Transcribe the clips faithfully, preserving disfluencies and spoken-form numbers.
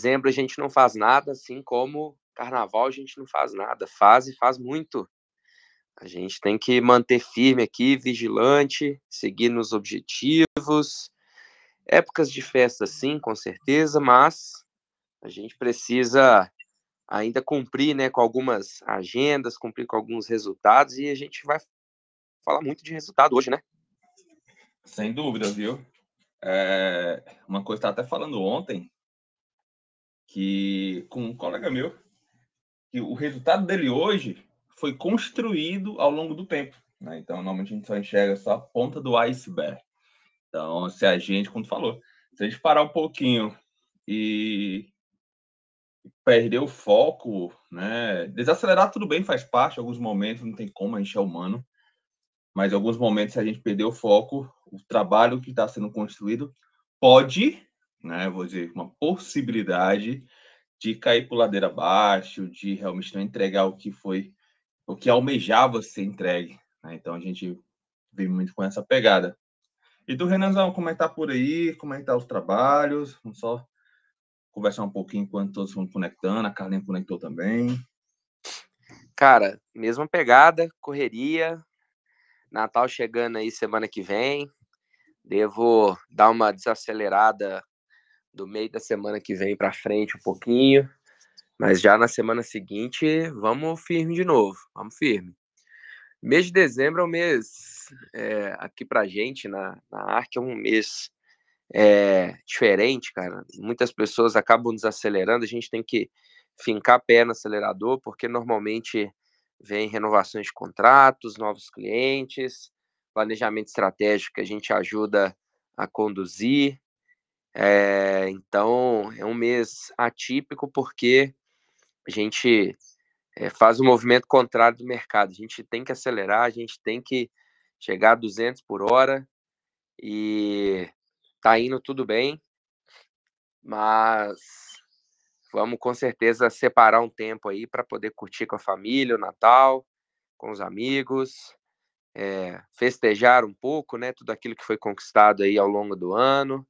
dezembro a gente não faz nada, assim como carnaval a gente não faz nada, faz e faz muito. A gente tem que manter firme aqui, vigilante, seguir nos objetivos. Épocas de festa, sim, com certeza, mas a gente precisa ainda cumprir, né, com algumas agendas, cumprir com alguns resultados, e a gente vai falar muito de resultado hoje, né? Sem dúvida, viu? É, uma coisa que eu estava até falando ontem, que com um colega meu, que o resultado dele hoje foi construído ao longo do tempo, né? Então, normalmente a gente só enxerga só a ponta do iceberg. Então, se a gente, como tu falou, se a gente parar um pouquinho e perder o foco, né? Desacelerar tudo bem, faz parte, em alguns momentos não tem como, a gente é humano, mas em alguns momentos, se a gente perder o foco, o trabalho que está sendo construído pode, né? Vou dizer, uma possibilidade de cair por ladeira abaixo, de realmente não entregar o que foi, o que almejava ser entregue, né? Então a gente vem muito com essa pegada. E tu, Renanzão, como é que tá por aí? Como é que tá os trabalhos? Vamos só conversar um pouquinho enquanto todos vão conectando. A Carlinha conectou também. Cara, mesma pegada, correria, Natal chegando aí semana que vem. Devo dar uma desacelerada do meio da semana que vem para frente um pouquinho, mas já na semana seguinte vamos firme de novo, vamos firme. Mês de dezembro é um mês é, aqui pra gente na, na Arc é um mês é, diferente, cara. Muitas pessoas acabam desacelerando, a gente tem que fincar pé no acelerador, porque normalmente vem renovações de contratos, novos clientes, planejamento estratégico que a gente ajuda a conduzir. É, então, é um mês atípico porque a gente é, faz o movimento contrário do mercado. A gente tem que acelerar, a gente tem que chegar a duzentos por hora e tá indo tudo bem, mas vamos com certeza separar um tempo aí para poder curtir com a família o Natal, com os amigos, é, festejar um pouco, né, tudo aquilo que foi conquistado aí ao longo do ano.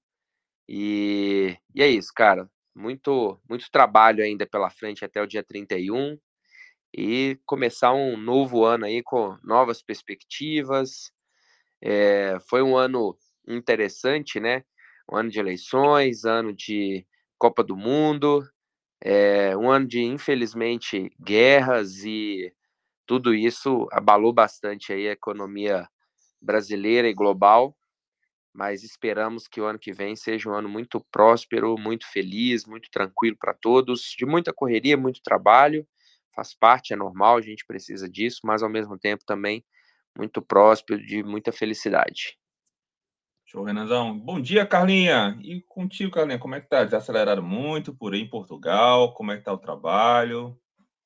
E, e é isso, cara. Muito, muito trabalho ainda pela frente até o dia trinta e um e começar um novo ano aí com novas perspectivas. É, foi um ano interessante, né? Um ano de eleições, ano de Copa do Mundo, é, um ano de, infelizmente, guerras e tudo isso abalou bastante aí a economia brasileira e global, mas esperamos que o ano que vem seja um ano muito próspero, muito feliz, muito tranquilo para todos, de muita correria, muito trabalho, faz parte, é normal, a gente precisa disso, mas ao mesmo tempo também muito próspero, de muita felicidade. Show, Renanzão. Bom dia, Carlinha. E contigo, Carlinha, como é que tá? Desaceleraram muito por aí em Portugal? Como é que tá o trabalho?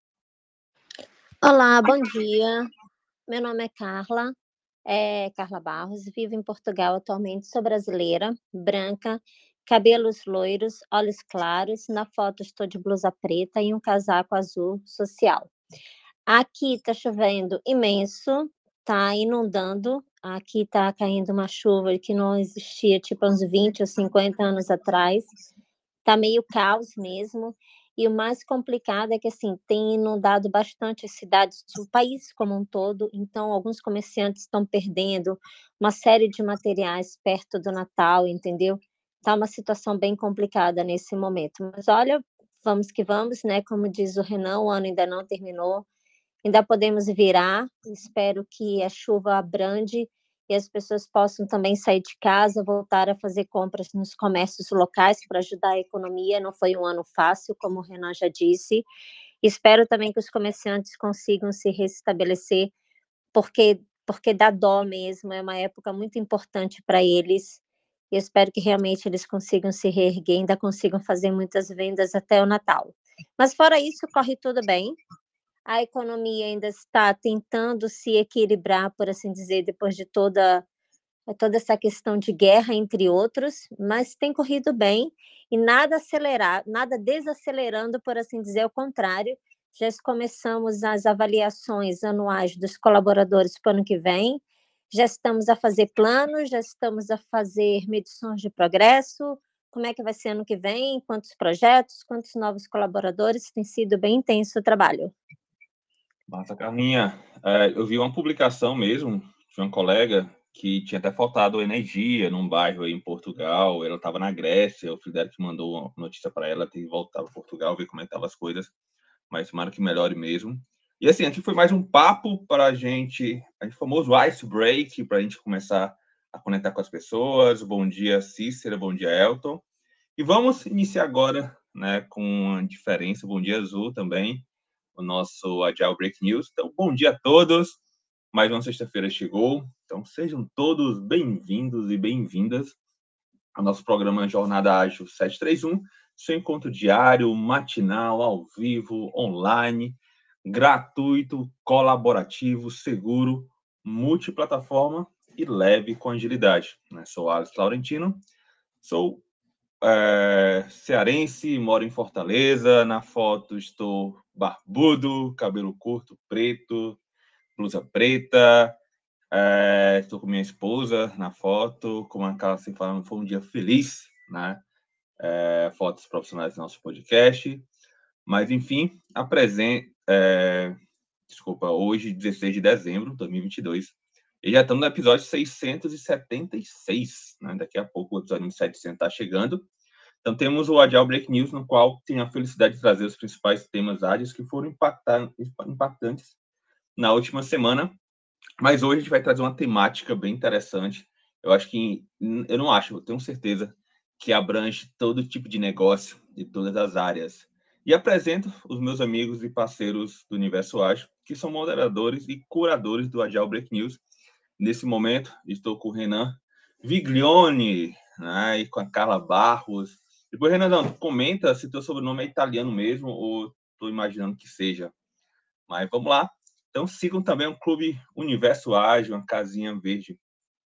Olá, bom dia. Meu nome é Carla, é Carla Barros, vivo em Portugal atualmente, sou brasileira, branca, cabelos loiros, olhos claros, na foto estou de blusa preta e um casaco azul social. Aqui está chovendo imenso, está inundando, aqui está caindo uma chuva que não existia tipo uns vinte ou cinquenta anos atrás, está meio caos mesmo. E o mais complicado é que, assim, tem inundado bastante as cidades, o país como um todo, então alguns comerciantes estão perdendo uma série de materiais perto do Natal, entendeu? Tá uma situação bem complicada nesse momento. Mas olha, vamos que vamos, né? Como diz o Renan, o ano ainda não terminou, ainda podemos virar. Espero que a chuva abrande e as pessoas possam também sair de casa, voltar a fazer compras nos comércios locais para ajudar a economia. Não foi um ano fácil, como o Renan já disse. Espero também que os comerciantes consigam se restabelecer, porque, porque dá dó mesmo, é uma época muito importante para eles. Eu espero que realmente eles consigam se reerguer, ainda consigam fazer muitas vendas até o Natal. Mas fora isso, corre tudo bem. A economia ainda está tentando se equilibrar, por assim dizer, depois de toda toda essa questão de guerra, entre outros, mas tem corrido bem e nada acelerar, nada desacelerando, por assim dizer, ao contrário, já começamos as avaliações anuais dos colaboradores para o ano que vem, já estamos a fazer planos, já estamos a fazer medições de progresso, Como é que vai ser ano que vem? Quantos projetos? Quantos novos colaboradores? Tem sido bem intenso o trabalho. Massa, Carlinha. É, eu vi uma publicação mesmo de uma colega que tinha até faltado energia num bairro aí em Portugal. Ela estava na Grécia, o filho dela que mandou uma notícia para ela, tem que voltar para Portugal, ver como é que estavam as coisas, mas tomara que melhore mesmo. E assim, aqui foi mais um papo para a gente, o famoso ice break, para a gente começar a conectar com as pessoas. Bom dia, Cícera, bom dia, Elton. E vamos iniciar agora, né, com a diferença. Bom dia, Azul, também, o nosso Agile Break News. Então, bom dia a todos. Mais uma sexta-feira chegou. Então, sejam todos bem-vindos e bem-vindas ao nosso programa Jornada Ágil sete três um, seu encontro diário, matinal, ao vivo, online, gratuito, colaborativo, seguro, multiplataforma e leve com agilidade. Eu sou Alex Laurentino, sou é, cearense, moro em Fortaleza. Na foto estou barbudo, cabelo curto, preto, blusa preta. É, estou com minha esposa na foto, como aquela assim falando, foi um dia feliz, né? É, fotos profissionais do nosso podcast. Mas, enfim, apresento. É, desculpa, hoje, dezesseis de dezembro de dois mil e vinte e dois. E já estamos no episódio seiscentos e setenta e seis, né? Daqui a pouco o episódio setecentos está chegando. Então, temos o Agile Break News, no qual tenho a felicidade de trazer os principais temas ágeis que foram impactantes na última semana. Mas hoje a gente vai trazer uma temática bem interessante. Eu acho que, eu não acho, eu tenho certeza que abrange todo tipo de negócio de todas as áreas. E apresento os meus amigos e parceiros do Universo Ágil, que são moderadores e curadores do Agile Break News. Nesse momento, estou com o Renan Viglione, né, e com a Carla Barros. Depois, Renan, comenta se teu sobrenome é italiano mesmo ou estou imaginando que seja. Mas vamos lá. Então, sigam também o Clube Universo Ágil, uma casinha verde,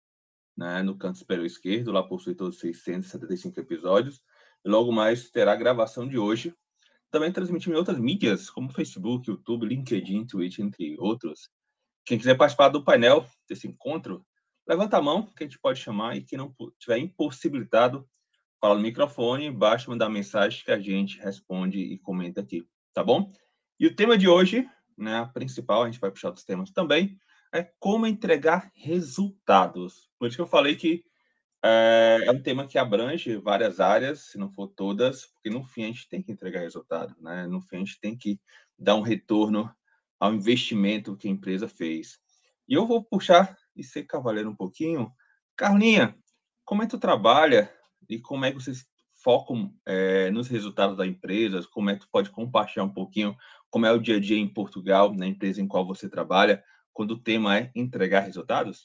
né, no canto superior esquerdo. Lá possui todos os seiscentos e setenta e cinco episódios. E logo mais terá a gravação de hoje. Também transmitindo em outras mídias, como Facebook, YouTube, LinkedIn, Twitch, entre outros. Quem quiser participar do painel desse encontro, levanta a mão, que a gente pode chamar, e quem não tiver impossibilitado, fala no microfone, basta mandar mensagem que a gente responde e comenta aqui, tá bom? E o tema de hoje, né, a principal, a gente vai puxar outros temas também, é como entregar resultados. Por isso que eu falei que é, é um tema que abrange várias áreas, se não for todas, porque no fim a gente tem que entregar resultado, né? No fim a gente tem que dar um retorno ao investimento que a empresa fez. E eu vou puxar e ser cavaleiro um pouquinho. Carlinha, como é que tu trabalha e como é que vocês focam é, nos resultados da empresa? Como é que tu pode compartilhar um pouquinho como é o dia a dia em Portugal, na empresa em qual você trabalha, quando o tema é entregar resultados?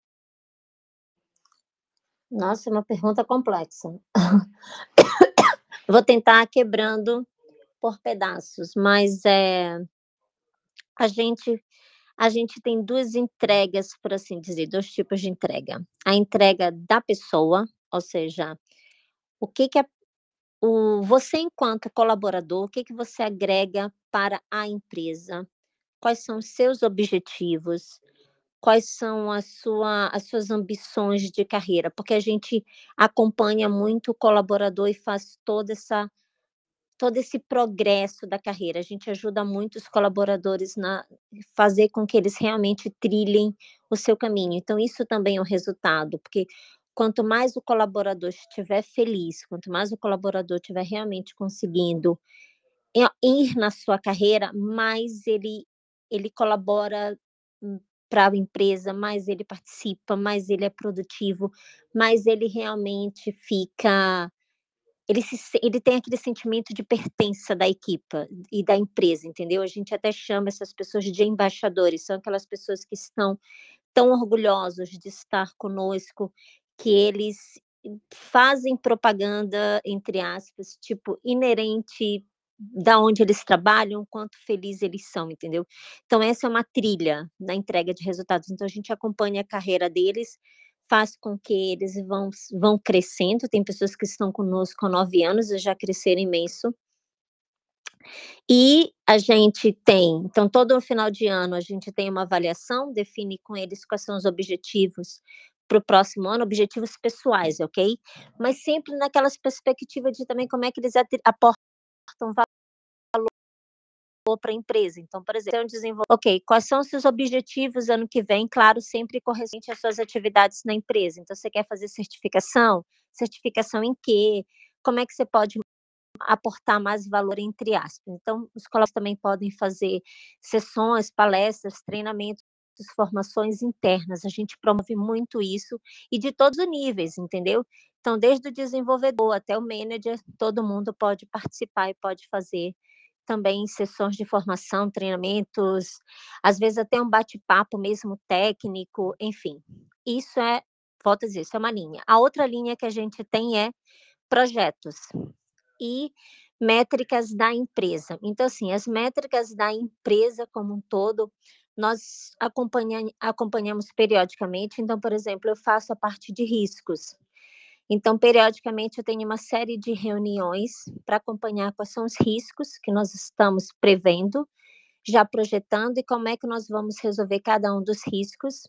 Nossa, é uma pergunta complexa. Vou tentar quebrando por pedaços, mas é, a gente a gente tem duas entregas, por assim dizer, dois tipos de entrega. A entrega da pessoa, ou seja, o que que é o você enquanto colaborador, o que que você agrega para a empresa? Quais são os seus objetivos? Quais são a sua as suas ambições de carreira? Porque a gente acompanha muito o colaborador e faz toda essa todo esse progresso da carreira. A gente ajuda muito os colaboradores na fazer com que eles realmente trilhem o seu caminho. Então isso também é um resultado, porque quanto mais o colaborador estiver feliz, quanto mais o colaborador estiver realmente conseguindo ir na sua carreira, mais ele ele colabora para a empresa, mais ele participa, mais ele é produtivo, mais ele realmente fica ele se ele tem aquele sentimento de pertença da equipa e da empresa, entendeu? A gente até chama essas pessoas de embaixadores, são aquelas pessoas que estão tão orgulhosos de estar conosco, que eles fazem propaganda, entre aspas, tipo, inerente da onde eles trabalham, quanto felizes eles são, entendeu? Então essa é uma trilha na entrega de resultados, então a gente acompanha a carreira deles, faz com que eles vão vão crescendo, tem pessoas que estão conosco há nove anos e já cresceram imenso. E a gente tem, então todo final de ano a gente tem uma avaliação, define com eles quais são os objetivos para o próximo ano, objetivos pessoais, ok? Mas sempre naquelas perspectivas de também como é que eles aportam valor para a empresa. Então, por exemplo, desenvol... ok, quais são os seus objetivos ano que vem? Claro, sempre correspondente às suas atividades na empresa. Então, você quer fazer certificação? Certificação em quê? Como é que você pode aportar mais valor, entre aspas? Então, os colegas também podem fazer sessões, palestras, treinamentos, formações internas. A gente promove muito isso e de todos os níveis, entendeu? Então, desde o desenvolvedor até o manager, todo mundo pode participar e pode fazer também sessões de formação, treinamentos, às vezes até um bate-papo mesmo técnico, enfim. Isso é, volto a dizer, isso é uma linha. A outra linha que a gente tem é projetos e métricas da empresa. Então, assim, as métricas da empresa como um todo, nós acompanha, acompanhamos periodicamente. Então, por exemplo, eu faço a parte de riscos. Então, periodicamente, eu tenho uma série de reuniões para acompanhar quais são os riscos que nós estamos prevendo, já projetando, e como é que nós vamos resolver cada um dos riscos.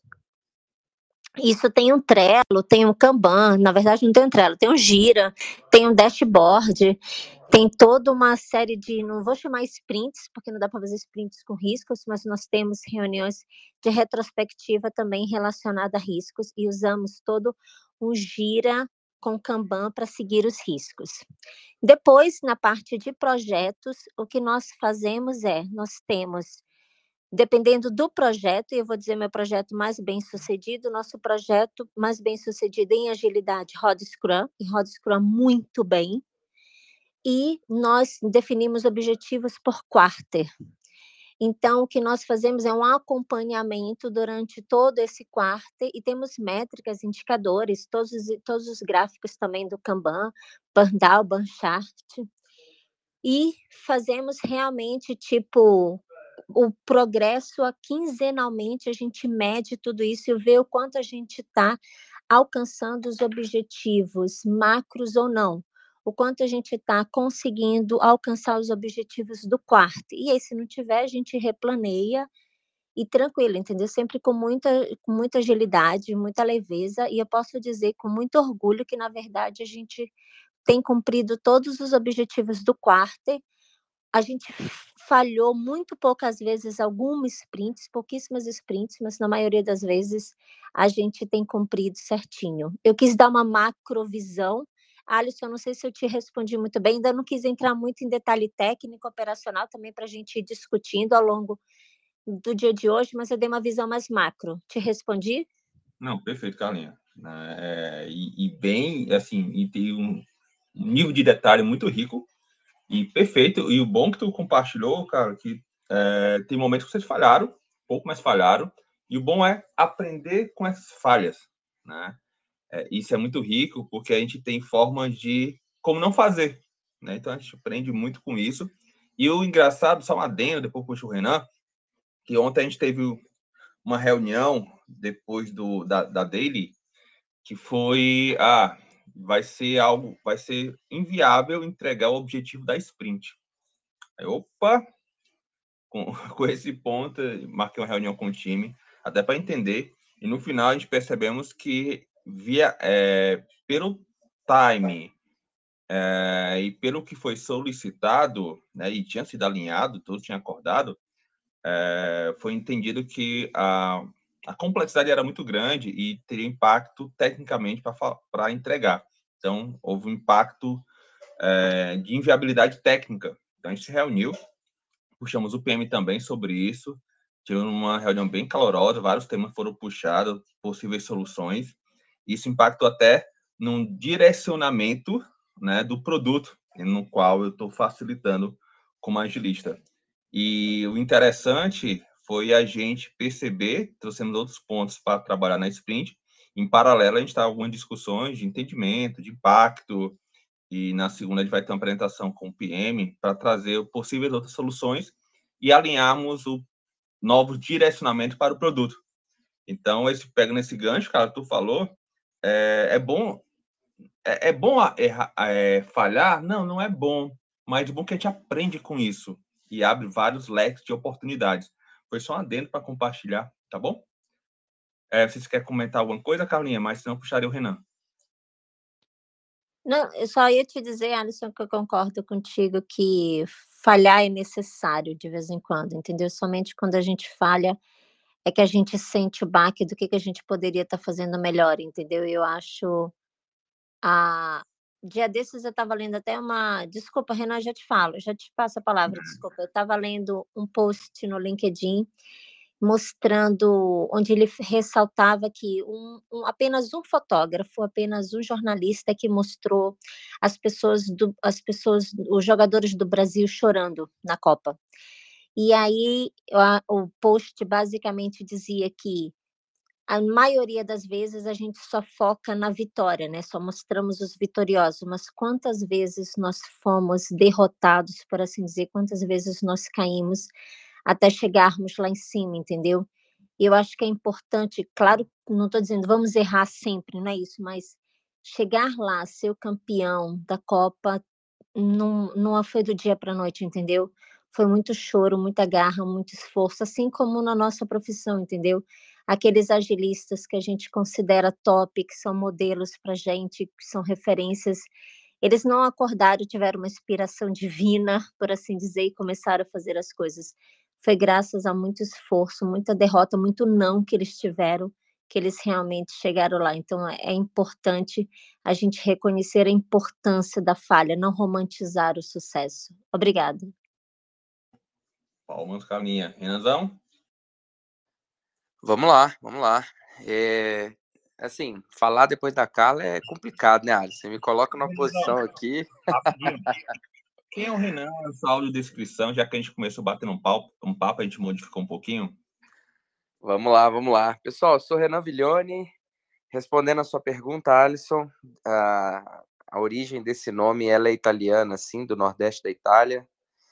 Isso tem um Trello, tem um Kanban, na verdade não tem um Trello, tem um Gira, tem um dashboard, tem toda uma série de, não vou chamar sprints, porque não dá para fazer sprints com riscos, mas nós temos reuniões de retrospectiva também relacionada a riscos e usamos todo um Gira com Kanban para seguir os riscos. Depois, na parte de projetos, o que nós fazemos é, nós temos, dependendo do projeto, e eu vou dizer meu projeto mais bem sucedido, nosso projeto mais bem sucedido em agilidade, roda Scrum, e roda Scrum muito bem, e nós definimos objetivos por quarter. Então, o que nós fazemos é um acompanhamento durante todo esse quarter, e temos métricas, indicadores, todos, todos os gráficos também do Kanban, Burn-Down, Burn-Chart, e fazemos realmente, tipo, o progresso a quinzenalmente, a gente mede tudo isso e vê o quanto a gente está alcançando os objetivos macros ou não, o quanto a gente está conseguindo alcançar os objetivos do quarto. E aí, se não tiver, a gente replaneia e tranquilo, entendeu? Sempre com muita, com muita agilidade, muita leveza, e eu posso dizer com muito orgulho que, na verdade, a gente tem cumprido todos os objetivos do quarto. A gente falhou muito poucas vezes, algumas sprints, pouquíssimas sprints, mas na maioria das vezes a gente tem cumprido certinho. Eu quis dar uma macrovisão. Alisson, não sei se eu te respondi muito bem, ainda não quis entrar muito em detalhe técnico, operacional, também para a gente ir discutindo ao longo do dia de hoje, mas eu dei uma visão mais macro. Te respondi? Não, perfeito, Carlinha. É, e, e bem, assim, e tem um, um nível de detalhe muito rico. E perfeito. E o bom que tu compartilhou, cara, que é, tem momentos que vocês falharam, um pouco mais falharam. E o bom é aprender com essas falhas, né? É, isso é muito rico, porque a gente tem formas de como não fazer, né? Então a gente aprende muito com isso. E o engraçado, só um adendo, depois puxo o Renan, que ontem a gente teve uma reunião depois do, da, da Daily, que foi, ah, vai ser algo, vai ser inviável entregar o objetivo da sprint. Aí, opa, com, com esse ponto, marquei uma reunião com o time, até para entender, e no final a gente percebemos que, via, é, pelo time é, e pelo que foi solicitado, né, e tinha sido alinhado, todos tinham acordado, é, foi entendido que a, a complexidade era muito grande e teria impacto tecnicamente para entregar. Então, houve um impacto é, de inviabilidade técnica. Então, a gente se reuniu, puxamos o P M também sobre isso, tivemos uma reunião bem calorosa, vários temas foram puxados, possíveis soluções. Isso impactou até num direcionamento, né, do produto, no qual eu estou facilitando como agilista. E o interessante foi a gente perceber, trouxemos outros pontos para trabalhar na sprint. Em paralelo, a gente está em algumas discussões de entendimento, de impacto, e na segunda a gente vai ter uma apresentação com o P M para trazer possíveis outras soluções e alinharmos o novo direcionamento para o produto. Então, esse pega nesse gancho, cara, tu falou, é, é bom é, é bom errar, é, falhar? Não, não é bom, mas é bom que a gente aprende com isso e abre vários leques de oportunidades. Foi só um adendo para compartilhar, tá bom? É, vocês querem comentar alguma coisa, Carlinha? Mas senão eu puxaria o Renan. Não, eu só ia te dizer, Alisson, que eu concordo contigo que falhar é necessário de vez em quando, entendeu? Somente quando a gente falha é que a gente sente o baque do que que a gente poderia estar fazendo melhor, entendeu? Eu acho a dia desses eu estava lendo até uma desculpa, Renan, já te falo, já te passo a palavra, desculpa. Eu estava lendo um post no LinkedIn mostrando onde ele ressaltava que um um apenas um fotógrafo, apenas um jornalista que mostrou as pessoas do as pessoas os jogadores do Brasil chorando na Copa. E aí, a o post basicamente dizia que a maioria das vezes a gente só foca na vitória, né, só mostramos os vitoriosos, mas quantas vezes nós fomos derrotados, por assim dizer, quantas vezes nós caímos até chegarmos lá em cima, entendeu? E eu acho que é importante, claro, não estou dizendo vamos errar sempre, não é isso, mas chegar lá, ser o campeão da Copa, não não foi do dia para a noite, entendeu? Foi muito choro, muita garra, muito esforço, assim como na nossa profissão, entendeu? Aqueles agilistas que a gente considera top, que são modelos para gente, que são referências, eles não acordaram, tiveram uma inspiração divina, por assim dizer, e começaram a fazer as coisas. Foi graças a muito esforço, muita derrota, muito não que eles tiveram, que eles realmente chegaram lá. Então é é importante a gente reconhecer a importância da falha, não romantizar o sucesso. Obrigada. Palmas, Carlinha. Renanzão? Vamos lá, vamos lá. É, assim, falar depois da Carla é complicado, né, Alisson? Você me coloca numa Renanzão, posição aqui. rapidinho. Quem é o Renan? Sua audiodescrição, já que a gente começou batendo um papo, um papo, a gente modificou um pouquinho. Vamos lá, vamos lá. Pessoal, eu sou Renan Viglione. Respondendo a sua pergunta, Alisson, a, a origem desse nome ela é italiana, sim, do Nordeste da Itália.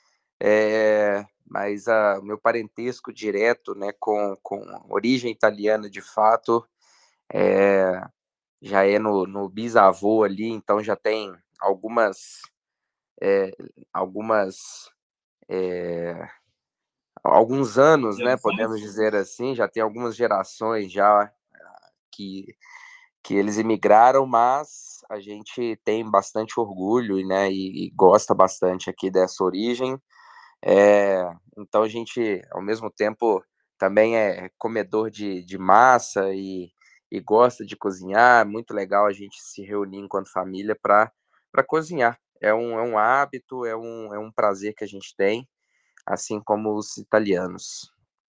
É, mas o meu parentesco direto, né, com, com origem italiana de fato, é, já é no, no bisavô ali, então já tem algumas, é, algumas, é, alguns anos, né, podemos dizer assim, já tem algumas gerações já que, que eles imigraram, mas a gente tem bastante orgulho, né, e, e gosta bastante aqui dessa origem. É, então a gente, ao mesmo tempo, também é comedor de, de massa e, e gosta de cozinhar. É muito legal a gente se reunir enquanto família para para cozinhar. É um, é um hábito, é um, é um prazer que a gente tem, assim como os italianos.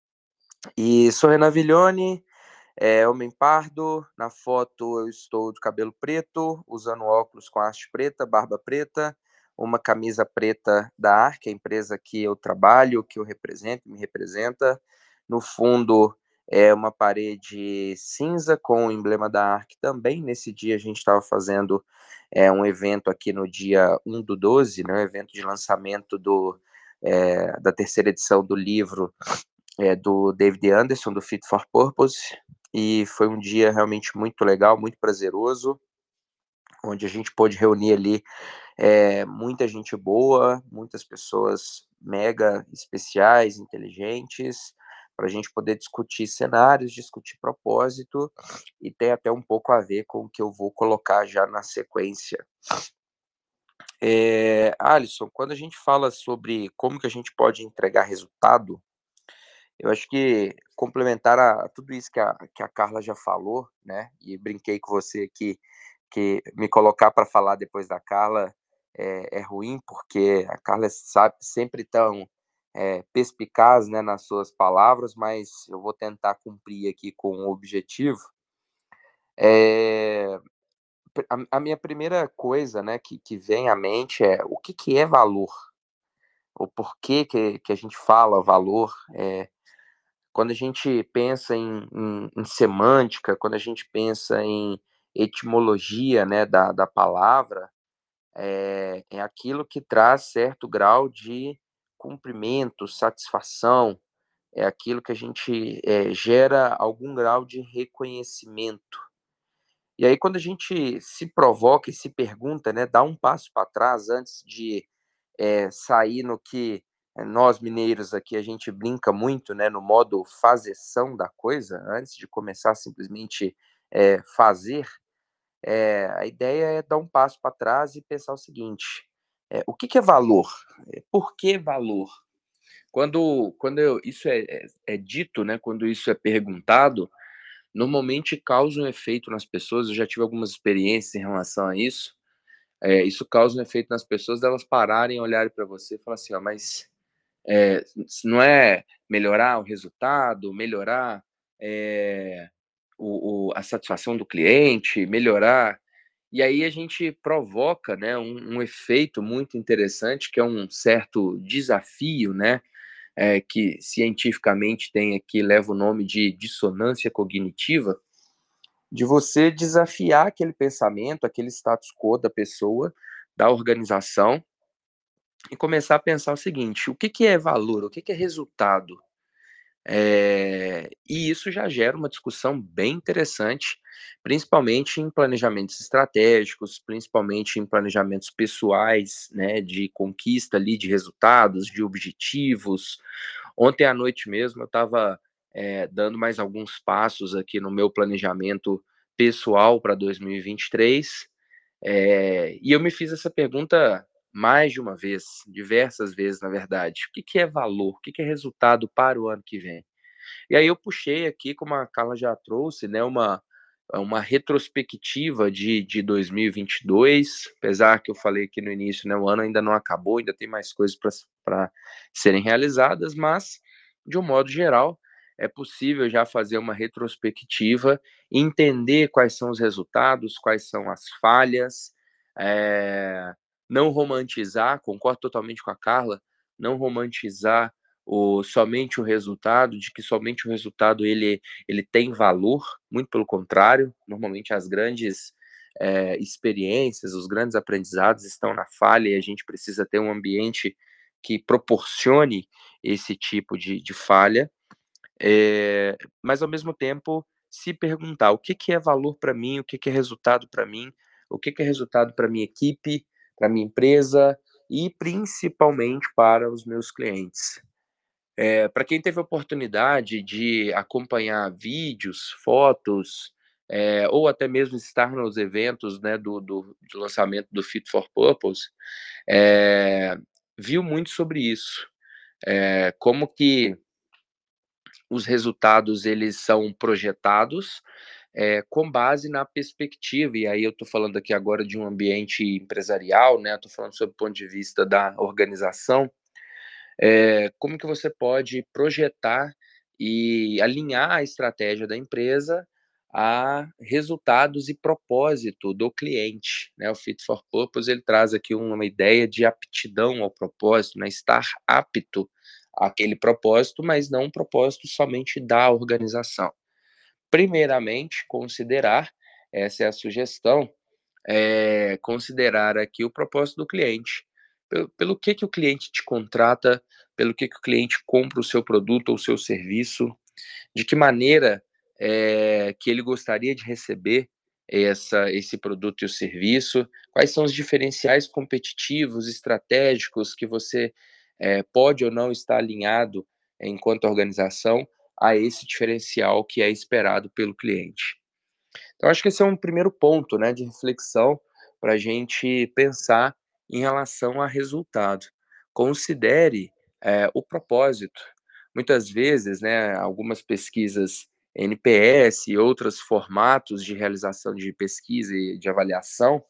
E sou Renan Viglione, é, homem pardo. Na foto eu estou de cabelo preto, usando óculos com haste preta, barba preta, uma camisa preta da Arc, a empresa que eu trabalho, que eu represento, me representa. No fundo é uma parede cinza com o emblema da Arc também. Nesse dia a gente estava fazendo é, um evento aqui no dia um do doze, né, um evento de lançamento do, é, da terceira edição do livro é, do David Anderson, do Fit for Purpose, e foi um dia realmente muito legal, muito prazeroso, onde a gente pôde reunir ali é, muita gente boa, muitas pessoas mega especiais, inteligentes, para a gente poder discutir cenários, discutir propósito, e tem até um pouco a ver com o que eu vou colocar já na sequência. É, Alisson, quando a gente fala sobre como que a gente pode entregar resultado, eu acho que complementar a tudo isso que a que a Carla já falou, né, e brinquei com você aqui, que me colocar para falar depois da Carla é é ruim, porque a Carla sabe sempre tão, eh, perspicaz, né, nas suas palavras, mas eu vou tentar cumprir aqui com o objetivo. Eh, a a minha primeira coisa, né, que que vem à mente é: o que que é valor? O porquê que que a gente fala valor? Eh Quando a gente pensa em em em semântica, quando a gente pensa em etimologia, né, da da palavra, é é aquilo que traz certo grau de cumprimento, satisfação, é aquilo que a gente, eh, gera algum grau de reconhecimento. E aí quando a gente se provoca e se pergunta, né, dá um passo para trás antes de, eh, sair no que nós mineiros aqui, a gente brinca muito, né, no modo fazeção da coisa, antes de começar simplesmente é, fazer, é, a ideia é dar um passo para trás e pensar o seguinte, é, o que, que é valor? Por que valor? Quando, quando eu, isso é, é, é dito, né, quando isso é perguntado, normalmente causa um efeito nas pessoas, eu já tive algumas experiências em relação a isso, é, isso causa um efeito nas pessoas delas pararem, olharem para você e falar assim, ó, mas é, não é melhorar o resultado, melhorar é, o, o, a satisfação do cliente, melhorar. E aí a gente provoca, né, um, um efeito muito interessante, que é um certo desafio, né, é, que cientificamente tem aqui, leva o nome de dissonância cognitiva, de você desafiar aquele pensamento, aquele status quo da pessoa, da organização, e começar a pensar o seguinte: o que, que é valor, o que, que é resultado? É, e isso já gera uma discussão bem interessante, principalmente em planejamentos estratégicos, principalmente em planejamentos pessoais, né, de conquista ali de resultados, de objetivos. Ontem à noite mesmo eu estava é, dando mais alguns passos aqui no meu planejamento pessoal para dois mil e vinte e três, é, e eu me fiz essa pergunta mais de uma vez, diversas vezes, na verdade. O que, que é valor? O que, que é resultado para o ano que vem? E aí eu puxei aqui, como a Carla já trouxe, né, uma, uma retrospectiva de, de dois mil e vinte e dois, apesar que eu falei aqui no início, né, o ano ainda não acabou, ainda tem mais coisas para serem realizadas, mas, de um modo geral, é possível já fazer uma retrospectiva, entender quais são os resultados, quais são as falhas, é, não romantizar, concordo totalmente com a Carla, não romantizar o, somente o resultado, de que somente o resultado ele, ele tem valor, muito pelo contrário, normalmente as grandes é, experiências, os grandes aprendizados estão na falha e a gente precisa ter um ambiente que proporcione esse tipo de, de falha, é, mas ao mesmo tempo se perguntar o que, que é valor para mim, o que, que é resultado para mim, o que, que é resultado para minha equipe, para minha empresa e principalmente para os meus clientes. É, para quem teve a oportunidade de acompanhar vídeos, fotos, é, ou até mesmo estar nos eventos, né, do, do, do lançamento do Fit for Purpose, é, viu muito sobre isso. É, como que os resultados eles são projetados é, com base na perspectiva, e aí eu estou falando aqui agora de um ambiente empresarial, né? Estou falando sobre o ponto de vista da organização, é, como que você pode projetar e alinhar a estratégia da empresa a resultados e propósito do cliente, né? O Fit for Purpose ele traz aqui uma ideia de aptidão ao propósito, né? Estar apto àquele propósito, mas não um propósito somente da organização. Primeiramente, considerar, essa é a sugestão, é, considerar aqui o propósito do cliente. Pelo, pelo que, que o cliente te contrata, pelo que, que o cliente compra o seu produto ou o seu serviço, de que maneira é, que ele gostaria de receber essa, esse produto e o serviço, quais são os diferenciais competitivos, estratégicos que você é, pode ou não estar alinhado enquanto organização a esse diferencial que é esperado pelo cliente. Então, acho que esse é um primeiro ponto, né, de reflexão para a gente pensar em relação a resultado. Considere eh, o propósito. Muitas vezes, né, algumas pesquisas N P S e outros formatos de realização de pesquisa e de avaliação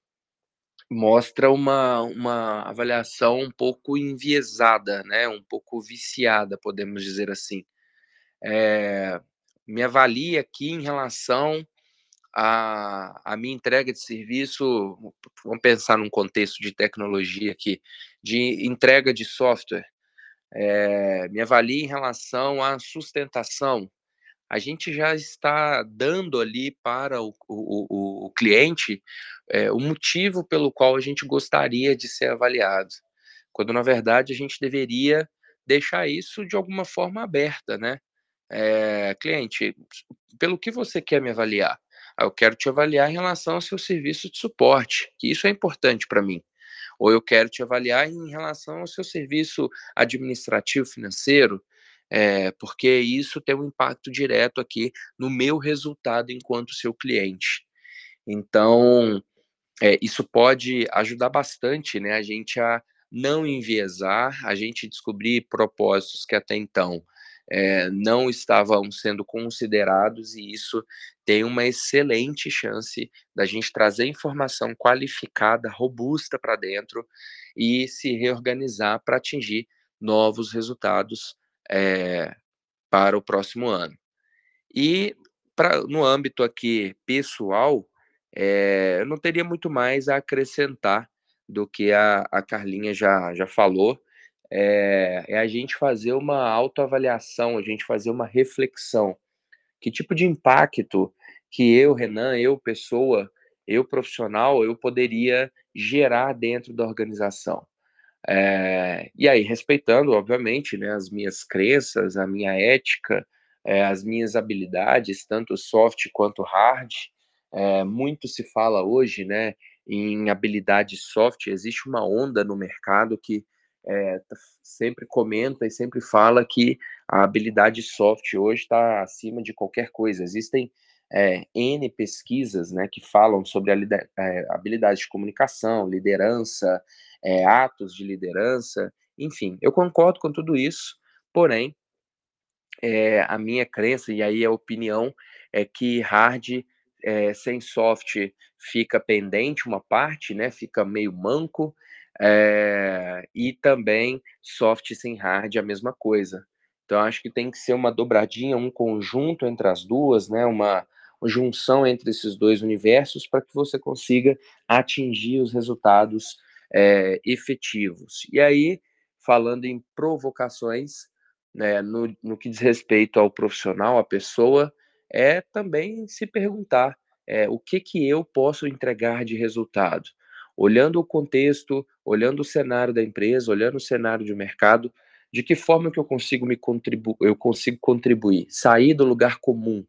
mostra uma, uma avaliação um pouco enviesada, né, um pouco viciada, podemos dizer assim. Eh, me avalie aqui em relação a, a minha entrega de serviço, vamos pensar num contexto de tecnologia aqui, de entrega de software, é, me avalie em relação à sustentação. A gente já está dando ali para o, o, o, o cliente é, o motivo pelo qual a gente gostaria de ser avaliado, quando na verdade a gente deveria deixar isso de alguma forma aberta, né? É, cliente, pelo que você quer me avaliar? Ah, eu quero te avaliar em relação ao seu serviço de suporte, que isso é importante para mim. ou eu quero te avaliar em relação ao seu serviço administrativo financeiro, é, porque isso tem um impacto direto aqui no meu resultado enquanto seu cliente. Então, é, isso pode ajudar bastante, né, a gente a não enviesar, a gente descobrir propósitos que até então é, não estavam sendo considerados, e isso tem uma excelente chance da gente trazer informação qualificada, robusta para dentro e se reorganizar para atingir novos resultados é, para o próximo ano. E pra, no âmbito aqui pessoal, eh, eu não teria muito mais a acrescentar do que a, a Carlinha já, já falou. É, é a gente fazer uma autoavaliação, a gente fazer uma reflexão. Que tipo de impacto que eu, Renan, eu, pessoa, eu, profissional, eu poderia gerar dentro da organização? É, e aí, respeitando, obviamente, né, as minhas crenças, a minha ética, é, as minhas habilidades, tanto soft quanto hard. É, muito se fala hoje, né, em habilidade soft. Existe uma onda no mercado que é, sempre comenta e sempre fala que a habilidade soft hoje está acima de qualquer coisa. Existem é, N pesquisas, né, que falam sobre a é, habilidade de comunicação, liderança, é, atos de liderança, enfim, eu concordo com tudo isso, porém, é, a minha crença, e aí a opinião, é que hard é, sem soft fica pendente uma parte, né? Fica meio manco, é, e também soft sem hard a mesma coisa. Então, acho que tem que ser uma dobradinha, um conjunto entre as duas, né? Uma, uma junção entre esses dois universos para que você consiga atingir os resultados é, efetivos. E aí, falando em provocações, né, no, no que diz respeito ao profissional, à pessoa, é também se perguntar é, o que, que eu posso entregar de resultado. Olhando o contexto, olhando o cenário da empresa, olhando o cenário de mercado, de que forma que eu consigo me contribu eu consigo contribuir, sair do lugar comum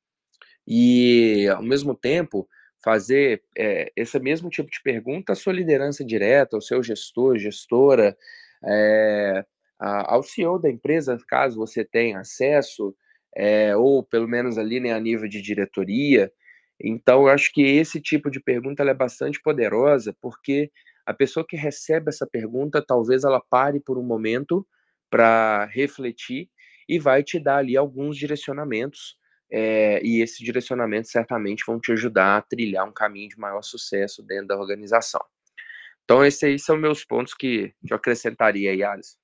e, ao mesmo tempo, fazer é, esse mesmo tipo de pergunta à sua liderança direta, ao seu gestor, gestora, é, a, ao C E O da empresa, caso você tenha acesso, é, ou pelo menos ali, né, a nível de diretoria. Então, eu acho que esse tipo de pergunta ela é bastante poderosa, porque a pessoa que recebe essa pergunta, talvez ela pare por um momento para refletir e vai te dar ali alguns direcionamentos, é, e esses direcionamentos certamente vão te ajudar a trilhar um caminho de maior sucesso dentro da organização. Então, esses aí são meus pontos que, que eu acrescentaria aí, Alisson.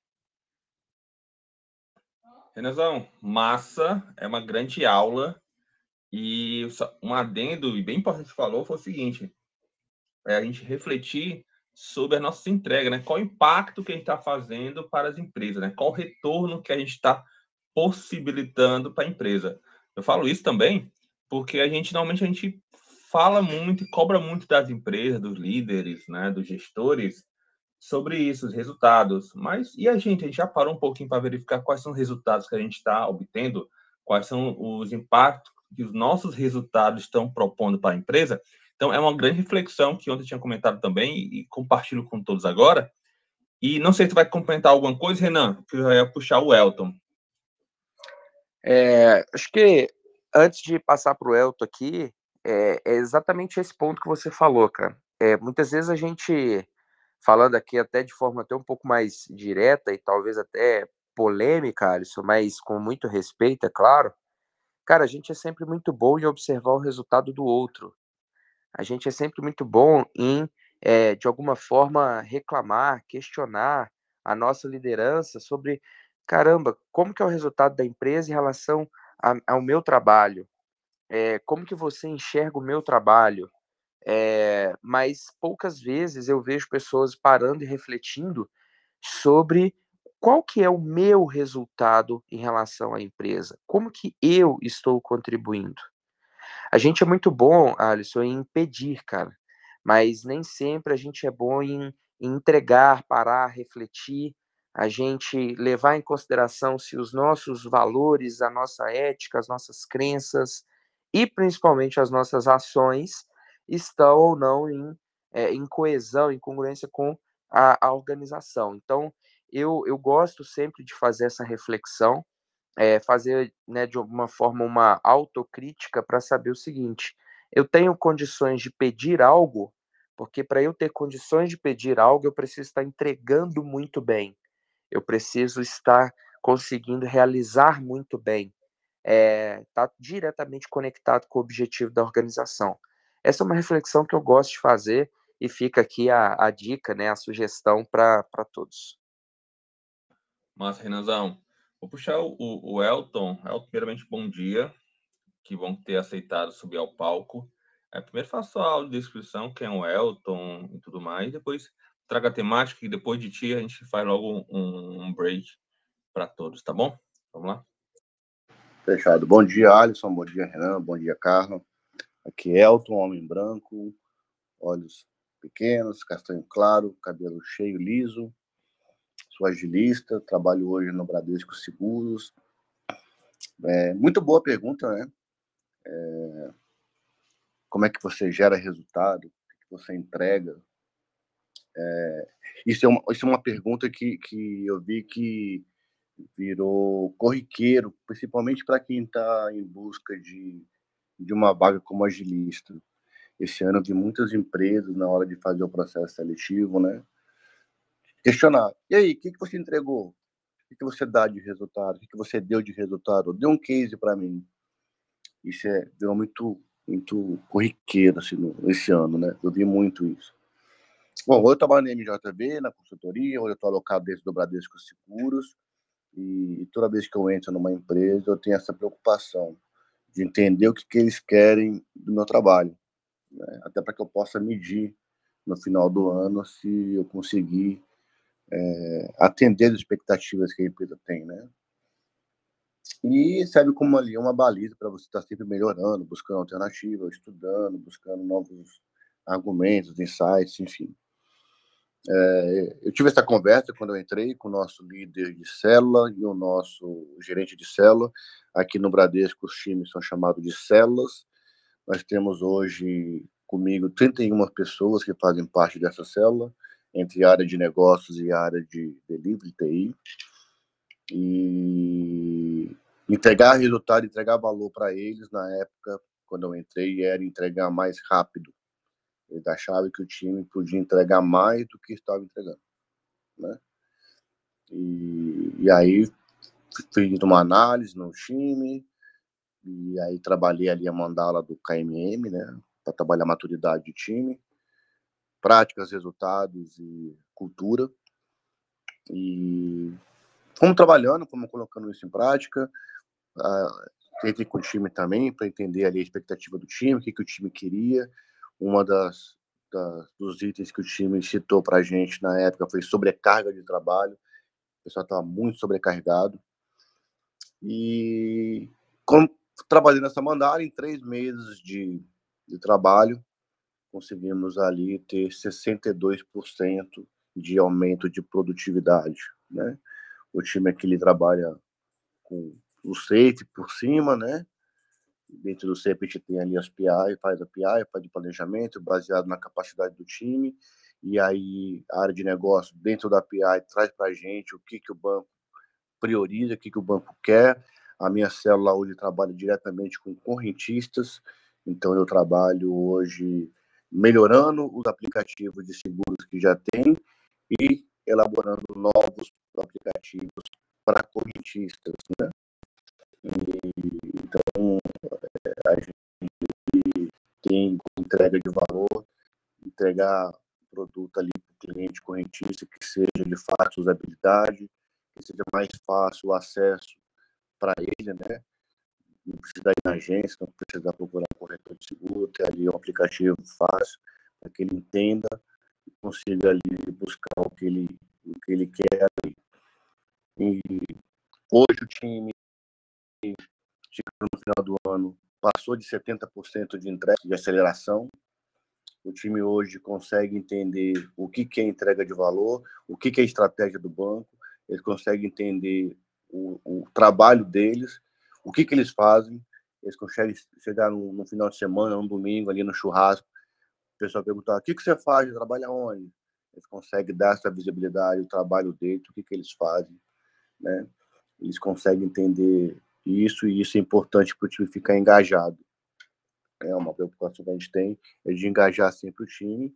Renanzão, massa, é uma grande aula. E um adendo bem importante que falou foi o seguinte: é a gente refletir sobre as nossas entregas, né? Qual o impacto que a gente está fazendo para as empresas, né? Qual o retorno que a gente está possibilitando para a empresa. Eu falo isso também porque a gente normalmente a gente fala muito e cobra muito das empresas, dos líderes, né, dos gestores sobre isso, os resultados. Mas e a gente? A gente já parou um pouquinho para verificar quais são os resultados que a gente está obtendo, quais são os impactos que os nossos resultados estão propondo para a empresa? Então, é uma grande reflexão que ontem eu tinha comentado também e compartilho com todos agora. E não sei se vai complementar alguma coisa, Renan, que eu ia puxar o Elton. É, acho que antes de passar para o Elton aqui, é, é exatamente esse ponto que você falou, cara. É, muitas vezes a gente, falando aqui até de forma até um pouco mais direta e talvez até polêmica, Alisson, mas com muito respeito, é claro, cara, a gente é sempre muito bom em observar o resultado do outro. A gente é sempre muito bom em, eh, de alguma forma, reclamar, questionar a nossa liderança sobre: "Caramba, como que é o resultado da empresa em relação a ao meu trabalho? Eh, como que você enxerga o meu trabalho?". Eh, mas poucas vezes eu vejo pessoas parando e refletindo sobre qual que é o meu resultado em relação à empresa, como que eu estou contribuindo. A gente é muito bom, Alisson, em pedir, cara, mas nem sempre a gente é bom em em entregar, parar, refletir, a gente levar em consideração se os nossos valores, a nossa ética, as nossas crenças e principalmente as nossas ações estão ou não em, eh, em coesão, em congruência com a, a organização. Então, eu, eu gosto sempre de fazer essa reflexão, é, fazer, né, de alguma forma uma autocrítica para saber o seguinte: eu tenho condições de pedir algo, porque para eu ter condições de pedir algo, eu preciso estar entregando muito bem, eu preciso estar conseguindo realizar muito bem, está diretamente conectado com o objetivo da organização. Essa é uma reflexão que eu gosto de fazer e fica aqui a, a dica, né, a sugestão para todos. Mas, Renanzão, vou puxar o, o Elton. Elton, primeiramente, bom dia. Que bom ter aceitado subir ao palco. É, primeiro faça a audiodescrição, quem é o Elton e tudo mais. Depois traga a temática e depois de ti a gente faz logo um, um break para todos, tá bom? Vamos lá? Fechado. Bom dia, Alisson. Bom dia, Renan. Bom dia, Carla. Aqui é Elton, homem branco, olhos pequenos, castanho claro, cabelo cheio, liso. Sou agilista, trabalho hoje no Bradesco Seguros. É, muito boa pergunta, né? É, como é que você gera resultado? O que você entrega? É, isso, é uma, isso é uma pergunta que, que eu vi que virou corriqueiro, principalmente para quem está em busca de, de uma vaga como agilista. Esse ano eu vi muitas empresas, na hora de fazer o processo seletivo, né, questionar: e aí, o que, que você entregou? O que, que você dá de resultado? O que, que você deu de resultado? Dê um case para mim. Isso é, virou muito, muito corriqueiro assim, no, esse ano, né? Eu vi muito isso. Bom, hoje eu trabalho na M J V, na consultoria, hoje eu estou alocado dentro do Bradesco Seguros, e toda vez que eu entro numa empresa, eu tenho essa preocupação de entender o que, que eles querem do meu trabalho, né? Até para que eu possa medir no final do ano se eu conseguir é, atender as expectativas que a empresa tem, né? E serve como ali uma baliza para você estar sempre melhorando, buscando alternativas, estudando, buscando novos argumentos, insights, enfim. É, eu tive essa conversa quando eu entrei com o nosso líder de célula e o nosso gerente de célula. Aqui no Bradesco, os times são chamados de células. Nós temos hoje comigo trinta e uma pessoas que fazem parte dessa célula, entre a área de negócios e a área de delivery, T I. E entregar resultado, entregar valor para eles, na época, quando eu entrei, era entregar mais rápido. Eles achavam que o time podia entregar mais do que estava entregando, né? E, e aí fiz uma análise no time, e aí trabalhei ali a mandala do K M M, né, para trabalhar a maturidade de time, práticas, resultados e cultura. E fomos trabalhando, fomos colocando isso em prática. Uh, tentei com o time também para entender ali a expectativa do time, o que, que o time queria. Uma das, das dos itens que o time citou para a gente na época foi sobrecarga de trabalho. O pessoal estava muito sobrecarregado. E como trabalhei nessa mandala, em três meses de, de trabalho, conseguimos ali ter sessenta e dois por cento de aumento de produtividade, né? O time aqui ele trabalha com o safe por cima, né? Dentro do safe a gente tem ali as P I, faz a P I, faz o planejamento baseado na capacidade do time, e aí a área de negócio dentro da P I traz para a gente o que, que o banco prioriza, o que, que o banco quer. A minha célula hoje trabalha diretamente com correntistas, então eu trabalho hoje melhorando os aplicativos de seguros que já tem e elaborando novos aplicativos para correntistas, né? E, então, a gente tem entrega de valor, entregar produto ali para o cliente correntista que seja de fácil usabilidade, que seja mais fácil o acesso para ele, né? Não precisa ir na agência, não precisa procurar um corretor de seguro, ter ali um aplicativo fácil para que ele entenda e consiga ali buscar o que ele, o que ele quer ali. E hoje o time, chegando no final do ano, passou de setenta por cento de entrega, de aceleração. O time hoje consegue entender o que é entrega de valor, o que é estratégia do banco, eles conseguem entender o, o trabalho deles, o que, que eles fazem, eles conseguem chegar no, no final de semana, no domingo, ali no churrasco, o pessoal perguntar: o que, que você faz, trabalha onde? eles conseguem dar essa visibilidade, o trabalho deles, o que, que eles fazem, né? Eles conseguem entender isso, e isso é importante para o time ficar engajado. É uma preocupação que a gente tem, é de engajar sempre o time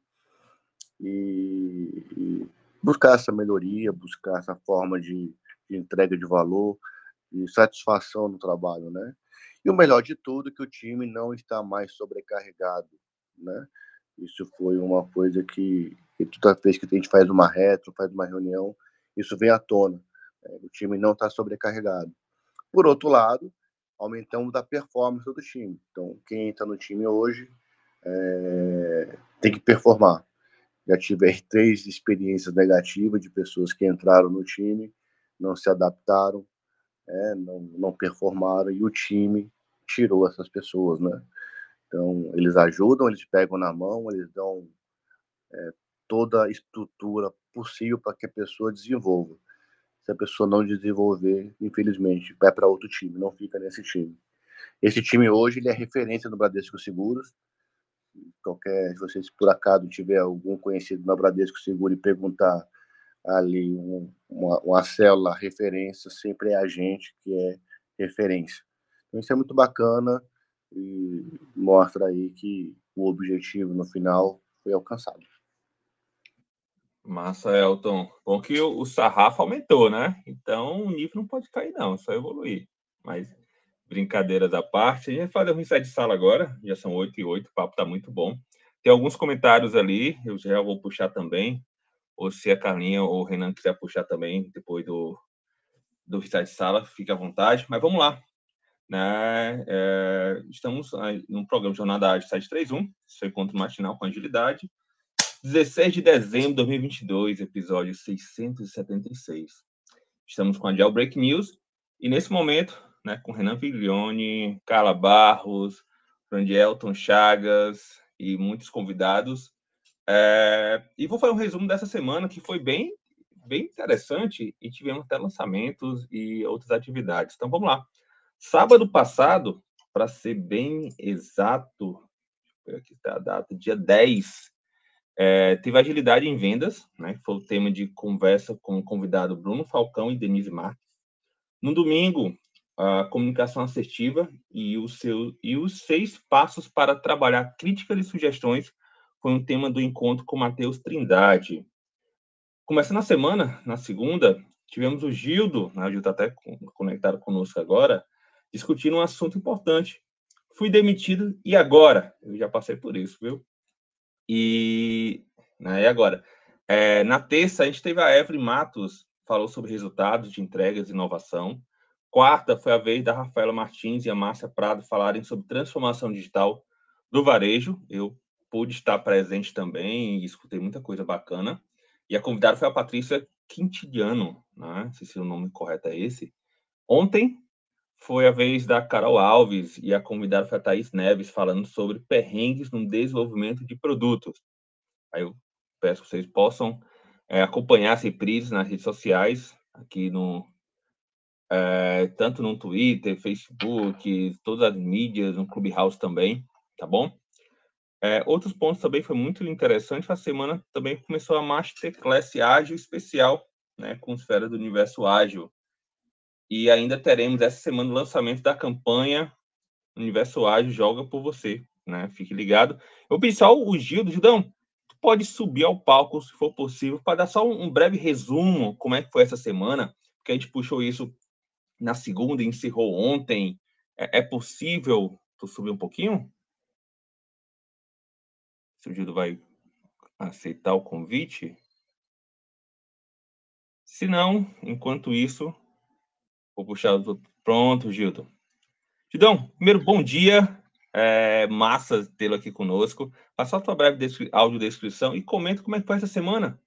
e, e buscar essa melhoria, buscar essa forma de, de entrega de valor e satisfação no trabalho, né? E o melhor de tudo é que o time não está mais sobrecarregado, né? Isso foi uma coisa que, que toda vez que a gente faz uma retro, faz uma reunião, isso vem à tona. Né? O time não está sobrecarregado. Por outro lado, aumentamos a performance do time. Então, quem está no time hoje é, tem que performar. Já tive três experiências negativas de pessoas que entraram no time, não se adaptaram, é, não, não performaram, e o time tirou essas pessoas, né? Então, eles ajudam, eles pegam na mão, eles dão é, toda a estrutura possível para que a pessoa desenvolva. Se a pessoa não desenvolver, infelizmente, vai para outro time, não fica nesse time. Esse time hoje ele é referência no Bradesco Seguros. Qualquer, se vocês por acaso tiver algum conhecido na Bradesco Seguro e perguntar ali um, uma, uma célula referência, sempre é a gente que é referência. Então isso é muito bacana e mostra aí que o objetivo no final foi alcançado. Massa, Elton. Bom que o, o sarrafo aumentou, né? Então o nível não pode cair, não, é só evoluir. Mas brincadeiras à parte, a gente vai fazer um reset de sala agora, já são oito e oito, o papo tá muito bom. Tem alguns comentários ali, eu já vou puxar também, ou se a Carlinha ou o Renan quiser puxar também depois do, do reset de sala, fique à vontade. Mas vamos lá. Né? É, estamos no programa Jornada Ágil sete três um, seu encontro matinal com agilidade. dezesseis de dezembro de dois mil e vinte e dois, episódio seiscentos e setenta e seis. Estamos com a Jailbreak News e nesse momento, né, com Renan Viglione, Carla Barros, Elton Chagas e muitos convidados. É, e vou fazer um resumo dessa semana que foi bem, bem interessante e tivemos até lançamentos e outras atividades. Então vamos lá. Sábado passado, para ser bem exato, aqui está a data, dia dez, é, teve agilidade em vendas, né? Que foi o tema de conversa com o convidado Bruno Falcão e Denise Marques. No domingo, a comunicação assertiva e, o seu, e os seis passos para trabalhar críticas e sugestões foi um tema do encontro com Matheus Trindade. Começando a semana, na segunda, tivemos o Gildo, né, o Gildo está até conectado conosco agora, discutindo um assunto importante. Fui demitido e agora? Eu já passei por isso, viu? E, né, e agora? É, na terça, a gente teve a Evelyn Matos, falou sobre resultados de entregas e inovação. Quarta, foi a vez da Rafaela Martins e a Márcia Prado falarem sobre transformação digital do varejo. Eu pude estar presente também e escutei muita coisa bacana. E a convidada foi a Patrícia Quintiliano, né? Não sei se o nome correto é esse. Ontem foi a vez da Carol Alves e a convidada foi a Thaís Neves falando sobre perrengues no desenvolvimento de produtos. Aí eu peço que vocês possam é, acompanhar as reprises nas redes sociais, aqui no é, tanto no Twitter, Facebook, todas as mídias, no Clubhouse também, tá bom? É, outros pontos também foi muito interessante. A semana também começou a Masterclass Ágil especial, né, com Esfera do Universo Ágil. E ainda teremos essa semana o lançamento da campanha Universo Ágil Joga por Você, né? Fique ligado. Eu pedi só o Gildo, Gildão, tu pode subir ao palco, se for possível, para dar só um, um breve resumo como é que foi essa semana, porque a gente puxou isso na segunda e encerrou ontem. É, é possível tu subir um pouquinho? Se o Gildo vai aceitar o convite. Se não, enquanto isso, vou puxar o... Pronto, Gildo. Gildão, primeiro, bom dia. É massa tê-lo aqui conosco. Faça a tua breve descri... audiodescrição e comenta como é que foi essa semana.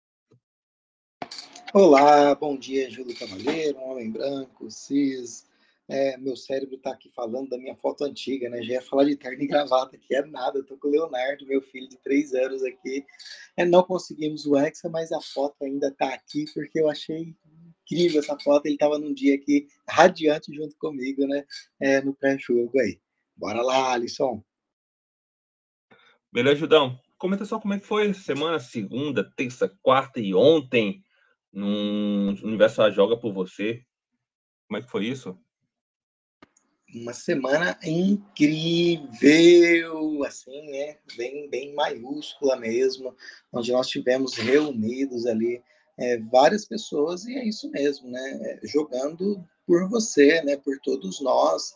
Olá, bom dia, Júlio Cavaleiro, um homem branco, cis. É, meu cérebro está aqui falando da minha foto antiga, né? Já ia falar de terno e gravata, que é nada. Eu tô com o Leonardo, meu filho de três anos aqui. É, não conseguimos o Hexa, mas a foto ainda está aqui, porque eu achei incrível essa foto. Ele estava num dia aqui radiante junto comigo, né? É, no pré-jogo aí. Bora lá, Alisson. Beleza, Judão? comenta só como é que foi semana, segunda, terça, quarta e ontem no Universo A Joga por Você. Como é que foi isso? Uma semana incrível, assim, né? Bem, bem maiúscula mesmo, onde nós tivemos reunidos ali é, várias pessoas, e é isso mesmo, né? É, jogando por você, né? Por todos nós.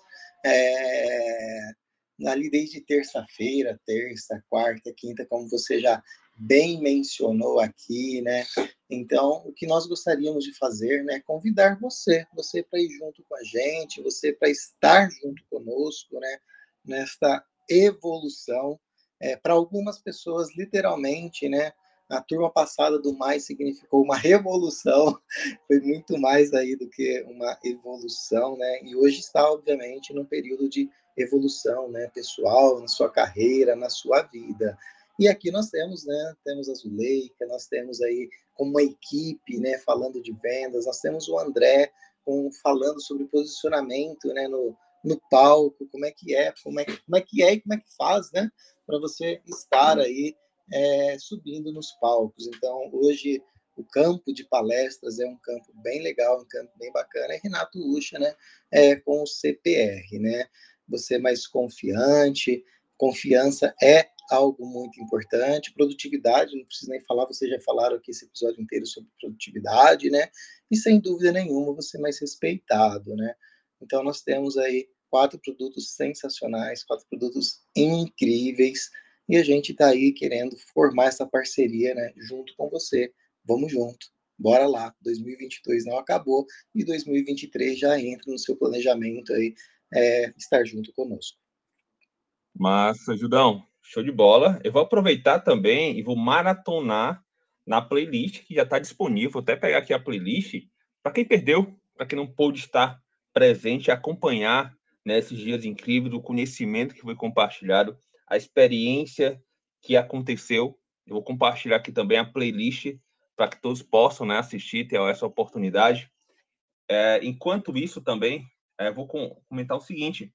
É, ali desde terça-feira, terça, quarta, quinta, como você já bem mencionou aqui, né? Então, o que nós gostaríamos de fazer, né, é convidar você, você para ir junto com a gente, você para estar junto conosco, né, nesta evolução. É, para algumas pessoas, literalmente, né, a turma passada do Mais significou uma revolução, foi muito mais aí do que uma evolução, né? E hoje está, obviamente, num período de evolução, né, pessoal, na sua carreira, na sua vida. E aqui nós temos, né, temos a Zuleika, nós temos aí como uma equipe, né, falando de vendas, nós temos o André com, falando sobre posicionamento, né, no, no palco, como é que é, como é, como é que é e como é que faz, né, para você estar aí é, subindo nos palcos. Então, hoje, o campo de palestras é um campo bem legal, um campo bem bacana, é Renato Ucha, né, é, com o C P R, né, você é mais confiante, confiança é algo muito importante, produtividade, não preciso nem falar, vocês já falaram aqui esse episódio inteiro sobre produtividade, né? E sem dúvida nenhuma você é mais respeitado, né? Então nós temos aí quatro produtos sensacionais, quatro produtos incríveis, e a gente está aí querendo formar essa parceria, né, junto com você. Vamos junto, bora lá. dois mil e vinte e dois não acabou e dois mil e vinte e três já entra no seu planejamento aí, é, estar junto conosco. Massa, Judão, show de bola. Eu vou aproveitar também e vou maratonar na playlist que já está disponível. Vou até pegar aqui a playlist para quem perdeu, para quem não pôde estar presente e acompanhar, né, esses dias incríveis, o conhecimento que foi compartilhado, a experiência que aconteceu. Eu vou compartilhar aqui também a playlist para que todos possam, né, assistir, ter essa oportunidade. É, enquanto isso também, é, vou com, comentar o seguinte.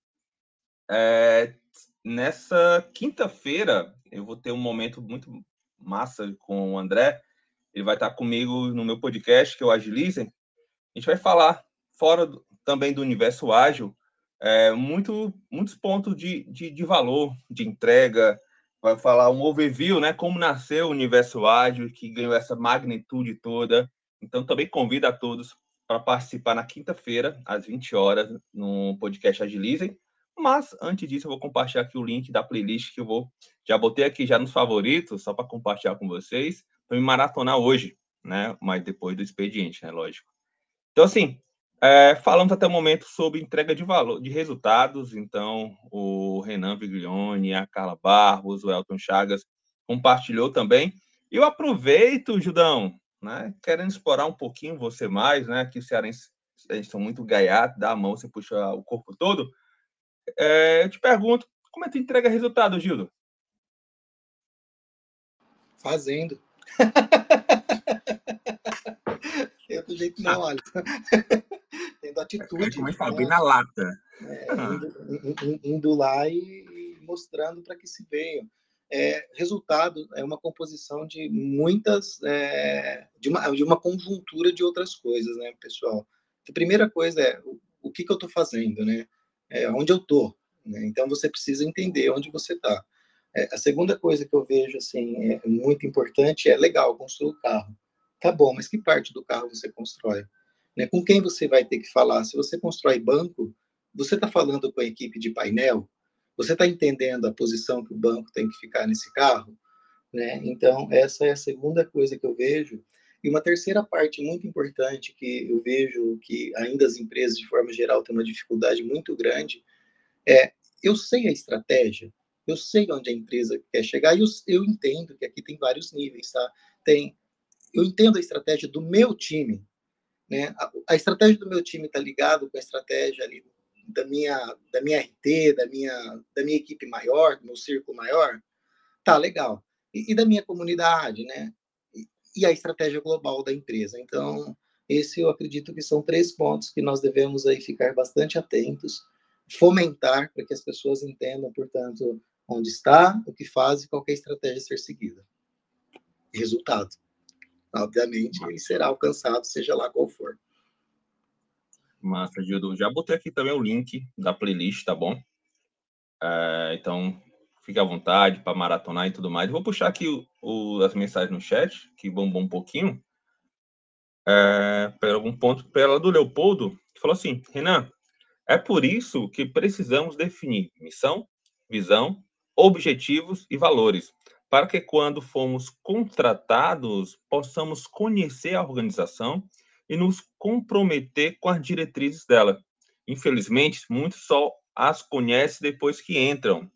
É, nessa quinta-feira, eu vou ter um momento muito massa com o André. Ele vai estar comigo no meu podcast, que é o Agilizem. A gente vai falar, fora do, também do universo ágil, é, muito, muitos pontos de, de, de valor, de entrega. Vai falar um overview, né? Como nasceu o universo ágil, que ganhou essa magnitude toda. Então, também convido a todos para participar na quinta-feira, às vinte horas, no podcast Agilizem. Mas, antes disso, eu vou compartilhar aqui o link da playlist que eu vou... Já botei aqui já nos favoritos, só para compartilhar com vocês, para me maratonar hoje, né? Mas depois do expediente, né? Lógico. Então, assim, é, falamos até o momento sobre entrega de valor, de resultados. Então, o Renan Viglione, a Carla Barros, o Elton Chagas compartilhou também. E eu aproveito, Judão, né? Querendo explorar um pouquinho você mais, né? Que os cearenses são muito gaiatos, dá a mão, você puxa o corpo todo. É, eu te pergunto, como é que tu entrega resultado, Gildo? Fazendo. Eu do jeito não, olha. Tendo atitude. Como é que fala? Né? Bem na lata. É, indo, indo lá e mostrando para que se veja. É, resultado é uma composição de muitas, é, de, uma, de uma conjuntura de outras coisas, né, pessoal? A primeira coisa é o, o que, que eu estou fazendo, né? É, onde eu estou. Né? Então você precisa entender onde você está. É, a segunda coisa que eu vejo assim é muito importante é legal construir o carro. Tá bom, mas que parte do carro você constrói? Né? Com quem você vai ter que falar? Se você constrói banco, você está falando com a equipe de painel? Você está entendendo a posição que o banco tem que ficar nesse carro? Né? Então, essa é a segunda coisa que eu vejo. E uma terceira parte muito importante que eu vejo que ainda as empresas, de forma geral, têm uma dificuldade muito grande é, eu sei a estratégia, eu sei onde a empresa quer chegar e eu, eu entendo que aqui tem vários níveis, tá? Tem, eu entendo a estratégia do meu time, né? A, a estratégia do meu time está ligado com a estratégia ali da minha, da minha R T, da minha, da minha equipe maior, do meu círculo maior, tá legal. E, e da minha comunidade, né? E, e a estratégia global da empresa. Então, esse eu acredito que são três pontos que nós devemos aí ficar bastante atentos, fomentar para que as pessoas entendam, portanto, onde está, o que faz e qual que é a estratégia a ser seguida. Resultado. Obviamente, ele será alcançado, seja lá qual for. Massa, Gildo. Já botei aqui também o link da playlist, tá bom? É, então, fique à vontade para maratonar e tudo mais. Vou puxar aqui o, o, as mensagens no chat, que bombou um pouquinho. É, para algum ponto, pela do Leopoldo, que falou assim: Renan, é por isso que precisamos definir missão, visão, objetivos e valores, para que quando formos contratados, possamos conhecer a organização e nos comprometer com as diretrizes dela. Infelizmente, muitos só as conhecem depois que entram.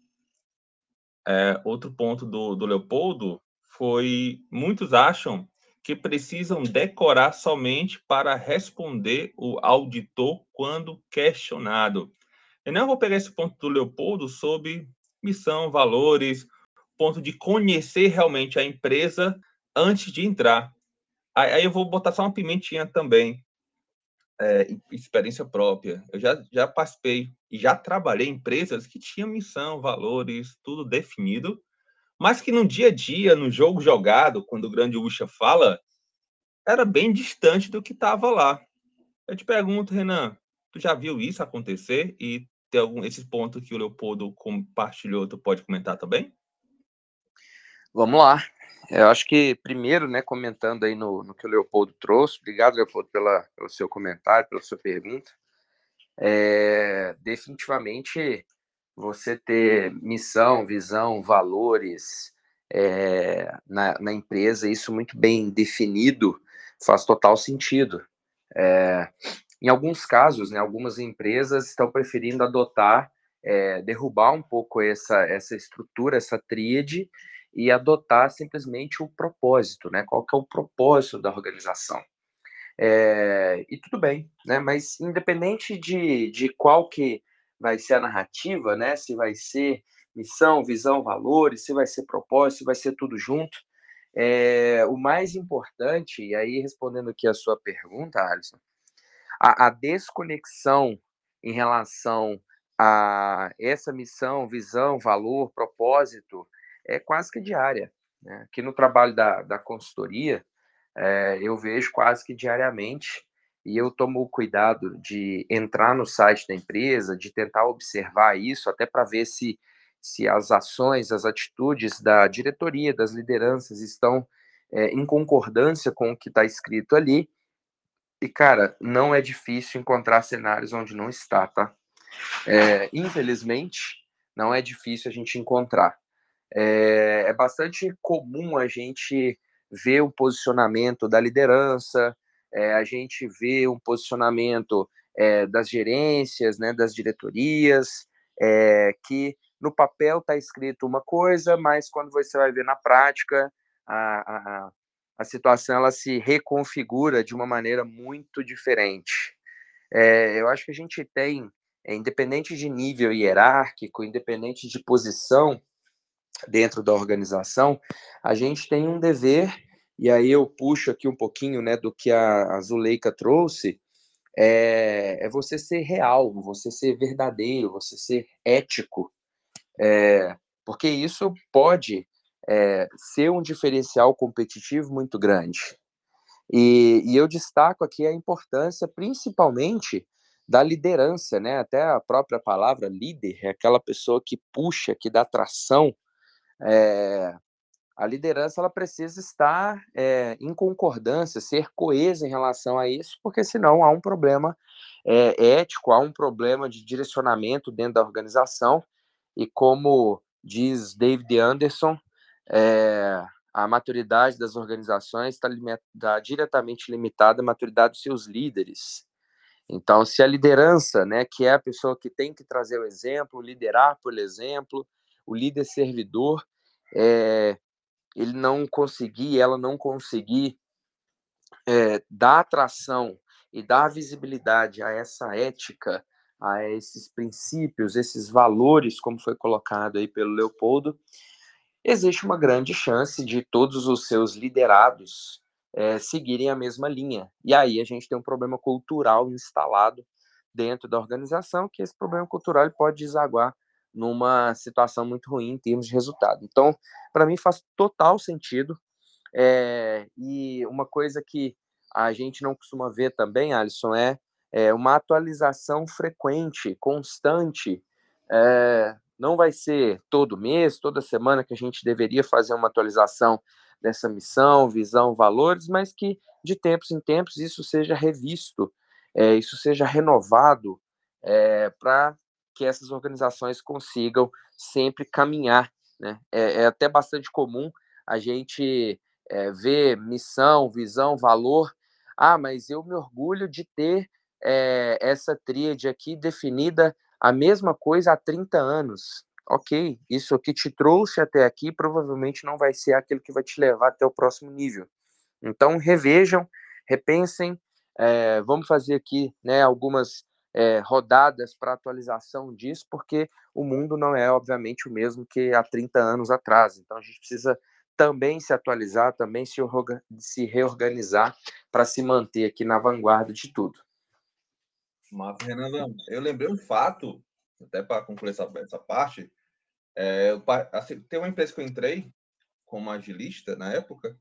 É, outro ponto do, do Leopoldo foi: muitos acham que precisam decorar somente para responder o auditor quando questionado. Eu não vou pegar esse ponto do Leopoldo sobre missão, valores, ponto de conhecer realmente a empresa antes de entrar. Aí eu vou botar só uma pimentinha também, é, experiência própria. Eu já, já participei e já trabalhei em empresas que tinham missão, valores, tudo definido, mas que no dia a dia, no jogo jogado, quando o grande Ucha fala, era bem distante do que estava lá. Eu te pergunto, Renan, tu já viu isso acontecer? E tem algum esse ponto que o Leopoldo compartilhou, tu pode comentar também? Vamos lá. Eu acho que primeiro, né, comentando aí no, no que o Leopoldo trouxe, obrigado, Leopoldo, pela, pelo seu comentário, pela sua pergunta. É, definitivamente, você ter missão, visão, valores é, na, na empresa, isso muito bem definido, faz total sentido. É, em alguns casos, né, algumas empresas estão preferindo adotar, é, derrubar um pouco essa, essa estrutura, essa tríade, e adotar simplesmente o propósito, né? Qual que é o propósito da organização? É, e tudo bem, né? Mas independente de, de qual que vai ser a narrativa, né? Se vai ser missão, visão, valores, se vai ser propósito, se vai ser tudo junto. É, o mais importante, e aí respondendo aqui a sua pergunta, Alisson, a, a desconexão em relação a essa missão, visão, valor, propósito, é quase que diária. Né? Aqui no trabalho da, da consultoria, é, eu vejo quase que diariamente, e eu tomo o cuidado de entrar no site da empresa, de tentar observar isso, até para ver se, se as ações, as atitudes da diretoria, das lideranças estão é, em concordância com o que está escrito ali. E, cara, não é difícil encontrar cenários onde não está, tá? É, infelizmente, não é difícil a gente encontrar. É, é bastante comum a gente ver o posicionamento da liderança, é, a gente vê um posicionamento é, das gerências, né, das diretorias, é, que no papel está escrito uma coisa, mas quando você vai ver na prática, a, a, a situação ela se reconfigura de uma maneira muito diferente. É, eu acho que a gente tem, é, independente de nível hierárquico, independente de posição dentro da organização, a gente tem um dever, e aí eu puxo aqui um pouquinho, né, do que a, a Zuleika trouxe, é, é você ser real, você ser verdadeiro, você ser ético, é, porque isso pode é, ser um diferencial competitivo muito grande. E, e eu destaco aqui a importância, principalmente, da liderança, né? Até a própria palavra líder é aquela pessoa que puxa, que dá tração. É, a liderança ela precisa estar é, em concordância, ser coesa em relação a isso, porque senão há um problema é, ético, há um problema de direcionamento dentro da organização, e como diz David Anderson, é, a maturidade das organizações está, está diretamente limitada à maturidade dos seus líderes. Então, se a liderança, né, que é a pessoa que tem que trazer o exemplo, liderar por exemplo, o líder servidor, é, ele não conseguir, ela não conseguir é, dar atração e dar visibilidade a essa ética, a esses princípios, esses valores, como foi colocado aí pelo Leopoldo, existe uma grande chance de todos os seus liderados é, seguirem a mesma linha. E aí a gente tem um problema cultural instalado dentro da organização, que esse problema cultural pode desaguar numa situação muito ruim em termos de resultado. Então, para mim faz total sentido. É, e uma coisa que a gente não costuma ver também, Alisson, é, é uma atualização frequente, constante. É, não vai ser todo mês, toda semana que a gente deveria fazer uma atualização dessa missão, visão, valores, mas que de tempos em tempos isso seja revisto, é, isso seja renovado, é, para que essas organizações consigam sempre caminhar, né? É, é até bastante comum a gente é, ver missão, visão, valor. Ah, mas eu me orgulho de ter é, essa tríade aqui definida a mesma coisa há trinta anos. Ok, isso que te trouxe até aqui provavelmente não vai ser aquilo que vai te levar até o próximo nível. Então, revejam, repensem, é, vamos fazer aqui, né, algumas é, rodadas para atualização disso, porque o mundo não é, obviamente, o mesmo que há trinta anos atrás. Então, a gente precisa também se atualizar, também se, se reorganizar para se manter aqui na vanguarda de tudo. Mas, Renan, eu lembrei um fato, até para concluir essa, essa parte, é, eu, assim, tem uma empresa que eu entrei como agilista na época,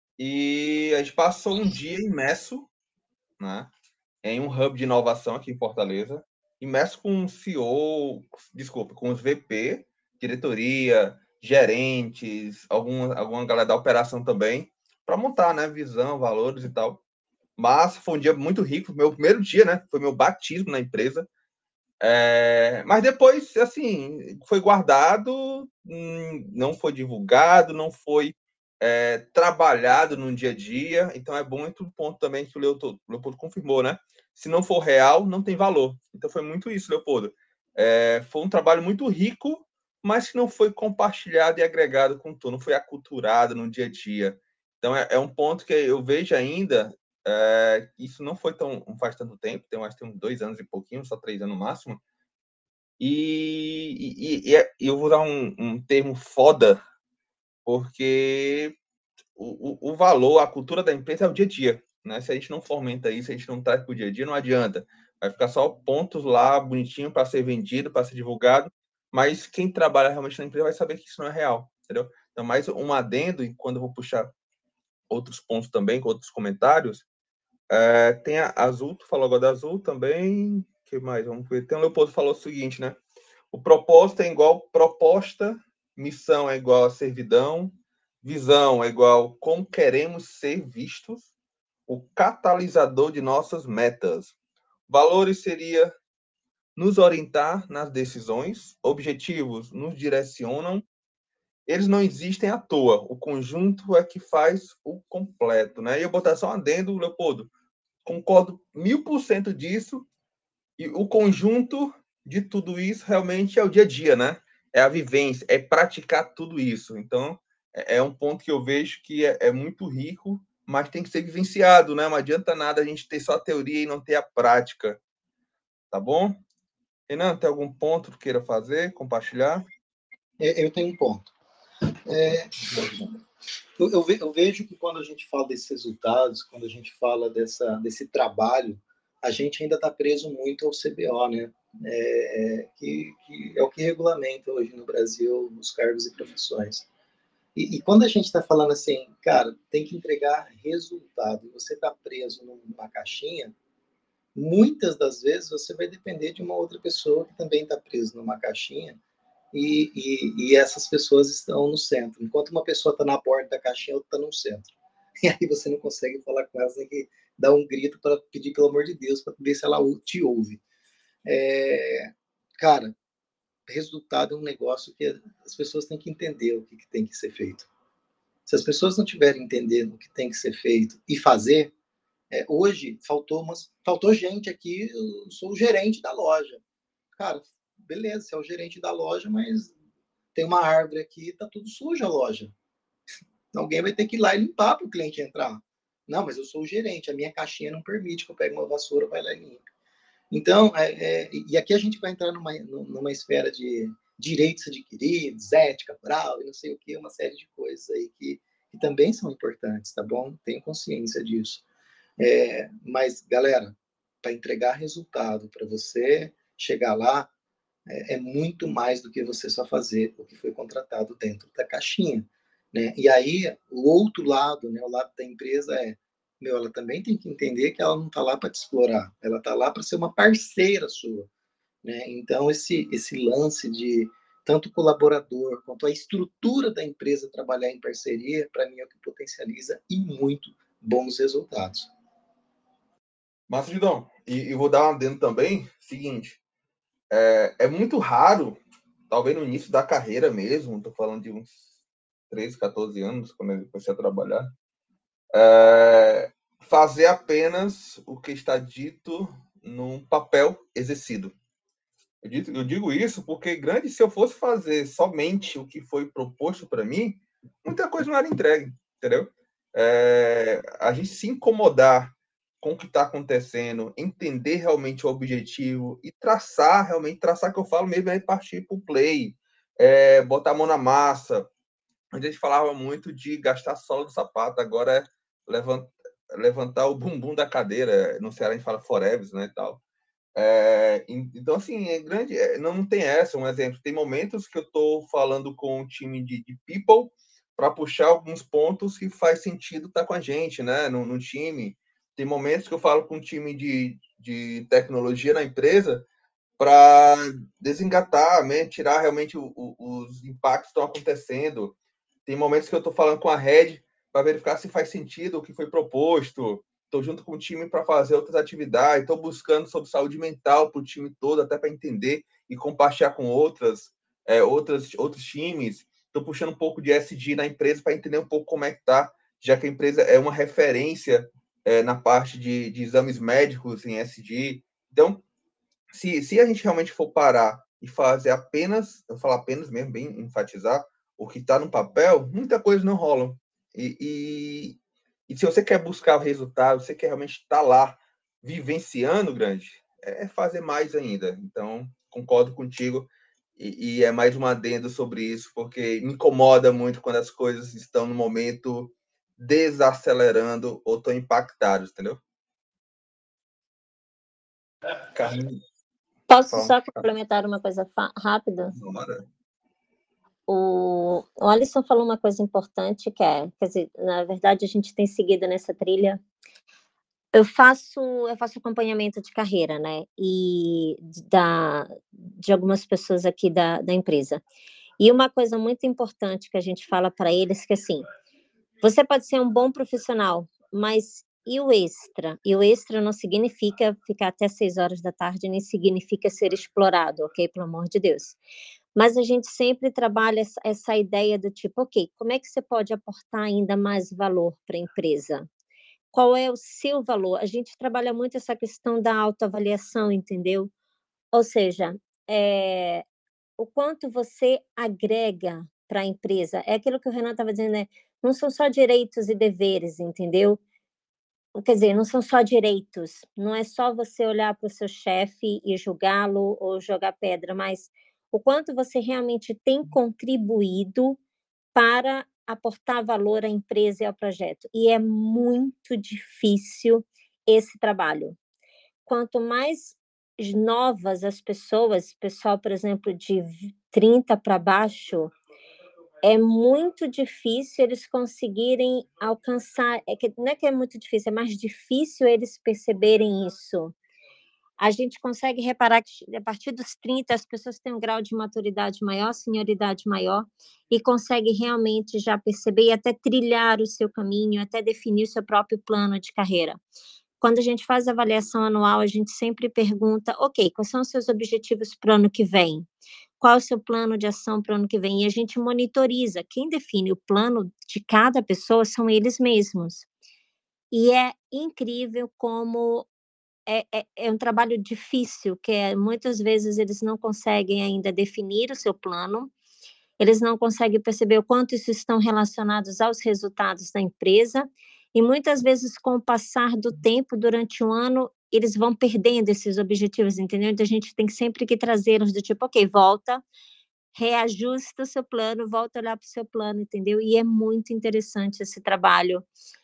e a gente passou um dia imerso, né, em um hub de inovação aqui em Fortaleza, imerso com o C E O, desculpa, com os V P, diretoria, gerentes, algum, alguma galera da operação também, para montar, né, visão, valores e tal. Mas foi um dia muito rico, meu primeiro dia, né? Foi meu batismo na empresa. É, mas depois, assim, foi guardado, não foi divulgado, não foi é, trabalhado no dia a dia. Então é bom outro ponto também que o Leopoldo, Leopoldo confirmou, né? Se não for real, não tem valor. Então foi muito isso, Leopoldo. É, foi um trabalho muito rico, mas que não foi compartilhado e agregado com tudo, não foi aculturado no dia a dia. Então é, é um ponto que eu vejo ainda. É, isso não foi tão, não faz tanto tempo, tem, acho que tem uns dois anos e pouquinho, só três anos no máximo. E, e, e eu vou dar um, um termo foda, porque o, o, o valor, a cultura da empresa é o dia a dia. Né? Se a gente não fomenta isso, se a gente não traz para o dia a dia, não adianta. Vai ficar só pontos lá, bonitinho, para ser vendido, para ser divulgado, mas quem trabalha realmente na empresa vai saber que isso não é real, entendeu? Então, mais um adendo, e quando eu vou puxar outros pontos também, com outros comentários, é, tem a Azul, tu falou agora da Azul também, que mais? Vamos ver. Tem o Leopoldo falou o seguinte, né? O propósito é igual proposta, missão é igual a servidão, visão é igual como queremos ser vistos, o catalisador de nossas metas. Valores seria nos orientar nas decisões, objetivos nos direcionam, eles não existem à toa, o conjunto é que faz o completo, né? E eu botar só um adendo, Leopoldo, concordo mil por cento disso, e o conjunto de tudo isso realmente é o dia a dia, né? É a vivência, é praticar tudo isso. Então, é, é um ponto que eu vejo que é, é muito rico, mas tem que ser vivenciado, né? Não adianta nada a gente ter só a teoria e não ter a prática. Tá bom? Renan, tem algum ponto que queira fazer, compartilhar? Eu tenho um ponto. É, eu, eu, ve, eu vejo que quando a gente fala desses resultados, quando a gente fala dessa, desse trabalho, a gente ainda está preso muito ao C B O, né? É, que, que é o que regulamenta hoje no Brasil os cargos e profissões. E, e quando a gente está falando assim, cara, tem que entregar resultado, e você está preso numa caixinha, muitas das vezes você vai depender de uma outra pessoa que também está presa numa caixinha, e, e, e essas pessoas estão no centro. Enquanto uma pessoa está na borda da caixinha, outra está no centro. E aí você não consegue falar com ela, tem que dar um grito para pedir pelo amor de Deus, para ver se ela te ouve. É, cara, resultado é um negócio que as pessoas têm que entender o que, que tem que ser feito. Se as pessoas não tiverem entendendo o que tem que ser feito e fazer, é, hoje faltou, umas, faltou gente aqui, eu sou o gerente da loja. Cara, beleza, você é o gerente da loja, mas tem uma árvore aqui, tá tudo sujo a loja. Alguém vai ter que ir lá e limpar para o cliente entrar. Não, mas eu sou o gerente, a minha caixinha não permite que eu pegue uma vassoura, vai lá e limpe. Então, é, é, e aqui a gente vai entrar numa, numa esfera de direitos adquiridos, ética, moral, e não sei o que, uma série de coisas aí que, que também são importantes, tá bom? Tenho consciência disso. É, mas, galera, para entregar resultado, para você chegar lá, é, é muito mais do que você só fazer o que foi contratado dentro da caixinha, né? E aí, o outro lado, né, o lado da empresa é, meu, ela também tem que entender que ela não está lá para te explorar, ela está lá para ser uma parceira sua, né? Então, esse, esse lance de tanto o colaborador quanto a estrutura da empresa trabalhar em parceria, para mim é o que potencializa e muito bons resultados. Massa, Gidão. E, e vou dar um adendo também, seguinte, é, é muito raro, talvez no início da carreira mesmo, estou falando de uns treze, quatorze anos, quando eu comecei a trabalhar, é, fazer apenas o que está dito num papel exercido. Eu digo, eu digo isso porque, grande, se eu fosse fazer somente o que foi proposto para mim, muita coisa não era entregue, entendeu? É, a gente se incomodar com o que está acontecendo, entender realmente o objetivo e traçar, realmente, traçar que eu falo mesmo é partir para o play, é, botar a mão na massa. A gente falava muito de gastar a sola do sapato, agora é levantar, levantar o bumbum da cadeira. No Ceará a gente fala forever, né, e tal. É, então, assim, é grande, é, não tem essa. Um exemplo, tem momentos que eu estou falando com um time de, de people para puxar alguns pontos que faz sentido estar tá com a gente, né, no, no time. Tem momentos que eu falo com um time de, de tecnologia na empresa para desengatar, né, tirar realmente o, o, os impactos que estão acontecendo. Tem momentos que eu estou falando com a Red para verificar se faz sentido o que foi proposto. Estou junto com o time para fazer outras atividades. Estou buscando sobre saúde mental para o time todo, até para entender e compartilhar com outras, é, outras, outros times. Estou puxando um pouco de S D na empresa para entender um pouco como é que está, já que a empresa é uma referência é, na parte de, de exames médicos em S D. Então, se, se a gente realmente for parar e fazer apenas, eu falo apenas mesmo, bem enfatizar, o que está no papel, muita coisa não rola. E, e, e se você quer buscar o resultado, você quer realmente estar lá vivenciando, grande, é fazer mais ainda. Então, concordo contigo. E, e é mais um adendo sobre isso, porque me incomoda muito quando as coisas estão no momento desacelerando ou estão impactadas, entendeu? Carlinhos. Posso só complementar uma coisa rápida? O, o Alisson falou uma coisa importante, que é, quer dizer, na verdade, a gente tem seguido nessa trilha. Eu faço, eu faço acompanhamento de carreira, né? E da, de algumas pessoas aqui da, da empresa. E uma coisa muito importante que a gente fala para eles, que assim, você pode ser um bom profissional, mas e o extra? E o extra não significa ficar até seis horas da tarde, nem significa ser explorado, ok? Pelo amor de Deus. Mas a gente sempre trabalha essa, essa ideia do tipo, ok, como é que você pode aportar ainda mais valor para a empresa? Qual é o seu valor? A gente trabalha muito essa questão da autoavaliação, entendeu? Ou seja, é, o quanto você agrega para a empresa. É aquilo que o Renan estava dizendo, né? Não são só direitos e deveres, entendeu? Quer dizer, não são só direitos, não é só você olhar para o seu chefe e julgá-lo ou jogar pedra, mas o quanto você realmente tem contribuído para aportar valor à empresa e ao projeto. E é muito difícil esse trabalho. Quanto mais novas as pessoas, pessoal, por exemplo, de trinta para baixo, é muito difícil eles conseguirem alcançar, é que, não é que é muito difícil, é mais difícil eles perceberem isso. A gente consegue reparar que a partir dos trinta as pessoas têm um grau de maturidade maior, senioridade maior, e conseguem realmente já perceber e até trilhar o seu caminho, até definir o seu próprio plano de carreira. Quando a gente faz a avaliação anual, a gente sempre pergunta, ok, quais são os seus objetivos para o ano que vem? Qual é o seu plano de ação para o ano que vem? E a gente monitoriza. Quem define o plano de cada pessoa são eles mesmos. E é incrível como é, é, é um trabalho difícil, que é, muitas vezes eles não conseguem ainda definir o seu plano, eles não conseguem perceber o quanto isso estão relacionados aos resultados da empresa, e muitas vezes, com o passar do tempo, durante um ano, eles vão perdendo esses objetivos, entendeu? Então, a gente tem sempre que trazê-los do tipo, ok, volta, reajusta o seu plano, volta a olhar para o seu plano, entendeu? E é muito interessante esse trabalho.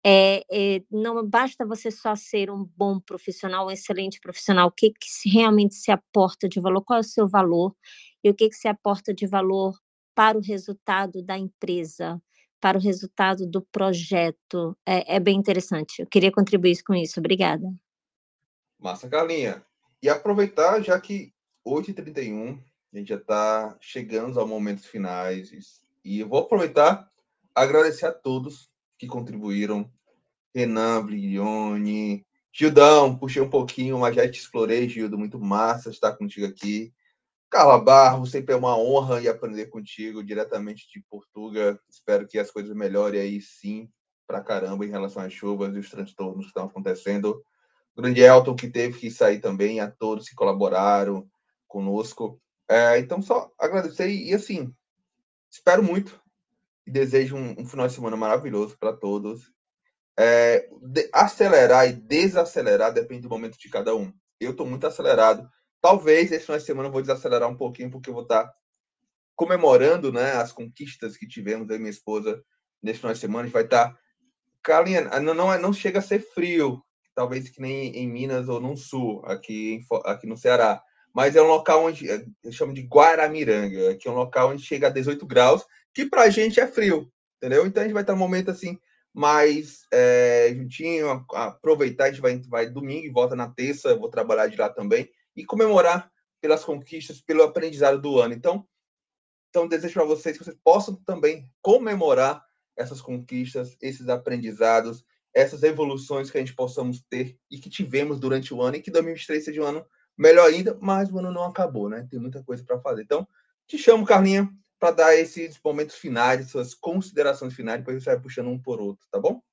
É, é, não basta você só ser um bom profissional, um excelente profissional, o que, que se realmente se aporta de valor, qual é o seu valor e o que, que se aporta de valor para o resultado da empresa, para o resultado do projeto. É, é bem interessante. Eu queria contribuir com isso. Obrigada. Massa, Carlinha. E aproveitar, já que oito e trinta e um, a gente já está chegando aos momentos finais, e eu vou aproveitar agradecer a todos que contribuíram. Renan, Bliglione, Gildão, puxei um pouquinho, mas já te explorei, Gildo, muito massa estar contigo aqui. Carla Barro, sempre é uma honra ir aprender contigo diretamente de Portugal. Espero que as coisas melhorem aí, sim, pra caramba, em relação às chuvas e os transtornos que estão acontecendo. O grande Elton, que teve que sair também, a todos que colaboraram conosco. É, então, só agradecer e, assim, espero muito e desejo um, um final de semana maravilhoso para todos. É, de, acelerar e desacelerar depende do momento de cada um. Eu estou muito acelerado. Talvez esse final de semana eu vou desacelerar um pouquinho, porque eu vou estar comemorando, né, as conquistas que tivemos, eu e minha esposa, nesse final de semana. A gente vai estar... Carlinha, não, não, não chega a ser frio, talvez que nem em Minas ou no Sul, aqui, em, aqui no Ceará. Mas é um local onde eu chamo de Guaramiranga, que é um local onde chega a dezoito graus, que para a gente é frio, entendeu? Então a gente vai estar num momento assim mais é, juntinho, aproveitar. A gente vai, vai domingo e volta na terça, eu vou trabalhar de lá também, e comemorar pelas conquistas, pelo aprendizado do ano. Então, então desejo para vocês que vocês possam também comemorar essas conquistas, esses aprendizados, essas evoluções que a gente possamos ter e que tivemos durante o ano, e que dois mil e vinte e três seja um ano melhor ainda, mas o ano não acabou, né? Tem muita coisa para fazer. Então, te chamo, Carlinha, para dar esses momentos finais, suas considerações finais, depois você vai puxando um por outro, tá bom?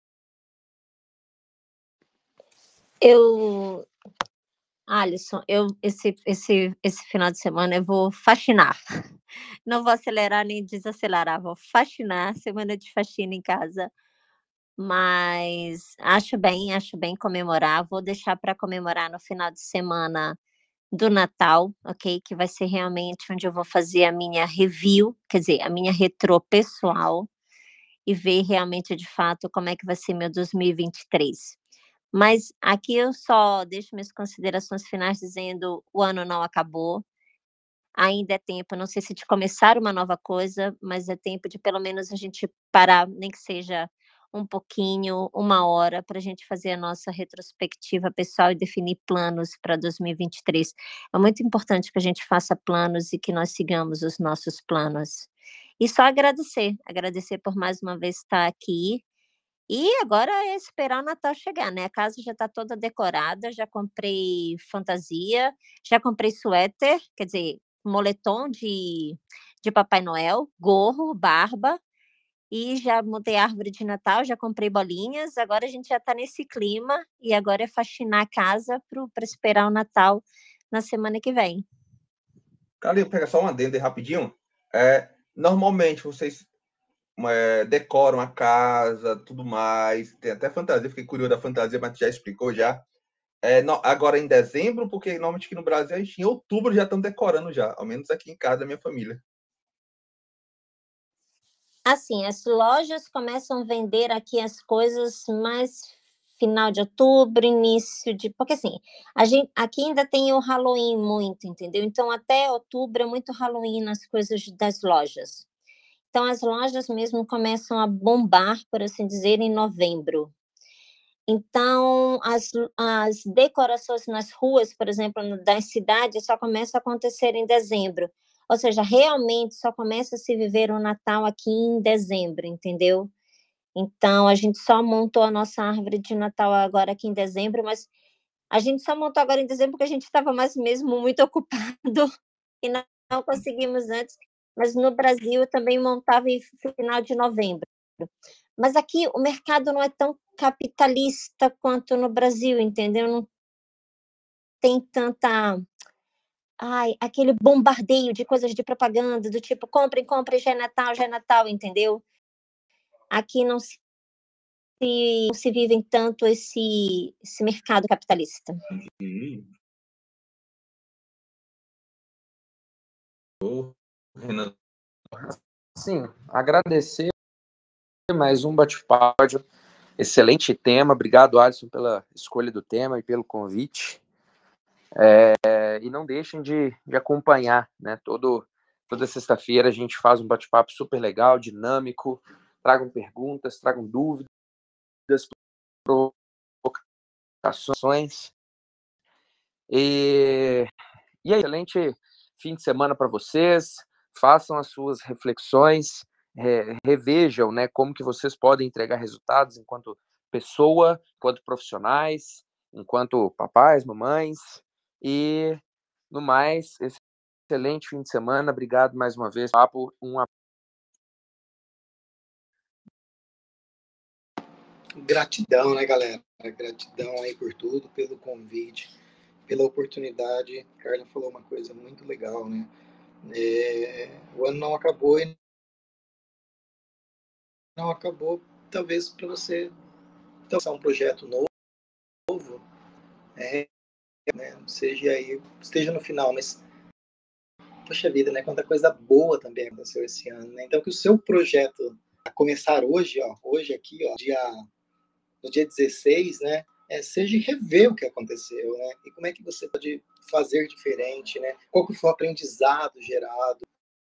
Eu, Alisson, eu esse, esse, esse final de semana eu vou faxinar. Não vou acelerar nem desacelerar, vou faxinar, semana de faxina em casa. Mas acho bem, acho bem comemorar. Vou deixar para comemorar no final de semana do Natal, ok? Que vai ser realmente onde eu vou fazer a minha review, quer dizer, a minha retrô pessoal, e ver realmente de fato como é que vai ser meu dois mil e vinte e três. Mas aqui eu só deixo minhas considerações finais dizendo: o ano não acabou, ainda é tempo, não sei se de começar uma nova coisa, mas é tempo de pelo menos a gente parar, nem que seja um pouquinho, uma hora, para a gente fazer a nossa retrospectiva pessoal e definir planos para dois mil e vinte e três. É muito importante que a gente faça planos e que nós sigamos os nossos planos. E só agradecer, agradecer por mais uma vez estar aqui. E agora é esperar o Natal chegar, né? A casa já está toda decorada, já comprei fantasia, já comprei suéter, quer dizer, moletom de, de Papai Noel, gorro, barba, e já montei a árvore de Natal, já comprei bolinhas. Agora a gente já está nesse clima e agora é faxinar a casa para esperar o Natal na semana que vem. Carlinhos, pega só um adendo aí rapidinho. É, normalmente vocês é, decoram a casa, tudo mais. Tem até fantasia, fiquei curioso da fantasia, mas tu já explicou já. É, no, agora em dezembro, porque normalmente aqui no Brasil, a gente, em outubro já estão decorando já, ao menos aqui em casa da minha família. Assim, as lojas começam a vender aqui as coisas mais final de outubro, início de... Porque assim, a gente, aqui ainda tem o Halloween muito, entendeu? Então até outubro é muito Halloween nas coisas das lojas. Então as lojas mesmo começam a bombar, por assim dizer, em novembro. Então as, as decorações nas ruas, por exemplo, das cidades, só começam a acontecer em dezembro. Ou seja, realmente só começa a se viver o Natal aqui em dezembro, entendeu? Então, a gente só montou a nossa árvore de Natal agora aqui em dezembro, mas a gente só montou agora em dezembro porque a gente estava mais mesmo muito ocupado e não, não conseguimos antes. Mas no Brasil eu também montava em final de novembro. Mas aqui o mercado não é tão capitalista quanto no Brasil, entendeu? Não tem tanta... Ai, aquele bombardeio de coisas de propaganda, do tipo, comprem, comprem, já é Natal, já é Natal, entendeu? Aqui não se, não se vive tanto esse, esse mercado capitalista. Uhum. Oh, Renan. Sim, agradecer mais um bate-papo. Excelente tema, obrigado, Alisson, pela escolha do tema e pelo convite. É, e não deixem de, de acompanhar, né? Todo, toda sexta-feira a gente faz um bate-papo super legal, dinâmico. Tragam perguntas, tragam dúvidas, provocações. E, e é excelente fim de semana para vocês. Façam as suas reflexões, é, revejam, né, como que vocês podem entregar resultados enquanto pessoa, enquanto profissionais, enquanto papais, mamães. E, no mais, excelente fim de semana. Obrigado mais uma vez. Papo, um Gratidão, né, galera? Gratidão aí por tudo, pelo convite, pela oportunidade. A Carla falou uma coisa muito legal, né? É, o ano não acabou e não acabou, talvez para você lançar um projeto novo, é, né, seja aí, esteja no final, mas poxa vida, né? Quanta coisa boa também aconteceu esse ano, né? Então que o seu projeto a começar hoje, ó, hoje aqui, ó, dia, no dia dezesseis, né? É, seja rever o que aconteceu, né? E como é que você pode fazer diferente, né? Qual que foi o aprendizado gerado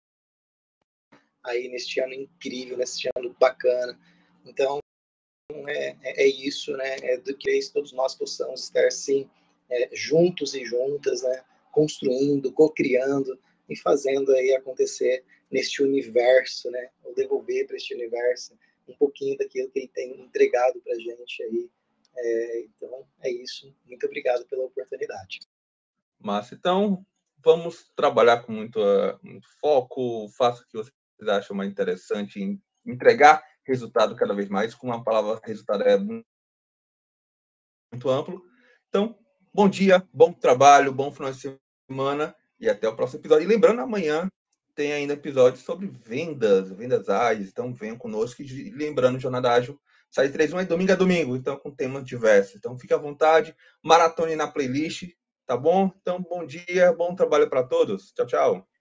aí neste ano incrível, neste ano bacana. Então, é, é isso, né? É do que todos nós possamos estar, sim, é, juntos e juntas, né? Construindo, co-criando e fazendo aí acontecer neste universo, né? Ou devolver para este universo um pouquinho daquilo que ele tem entregado para a gente aí. É, então, é isso. Muito obrigado pela oportunidade. Massa. Então, vamos trabalhar com muito, uh, muito foco, faça o que vocês acham mais interessante, em entregar resultado cada vez mais, com uma palavra resultado é muito, muito amplo. Então, bom dia, bom trabalho, bom final de semana e até o próximo episódio. E lembrando, amanhã tem ainda episódio sobre vendas, vendas ágeis, então venham conosco. E lembrando, Jornada Ágil sai três, um é domingo a domingo, então com temas diversos. Então fique à vontade, maratone na playlist, tá bom? Então bom dia, bom trabalho para todos. Tchau, tchau.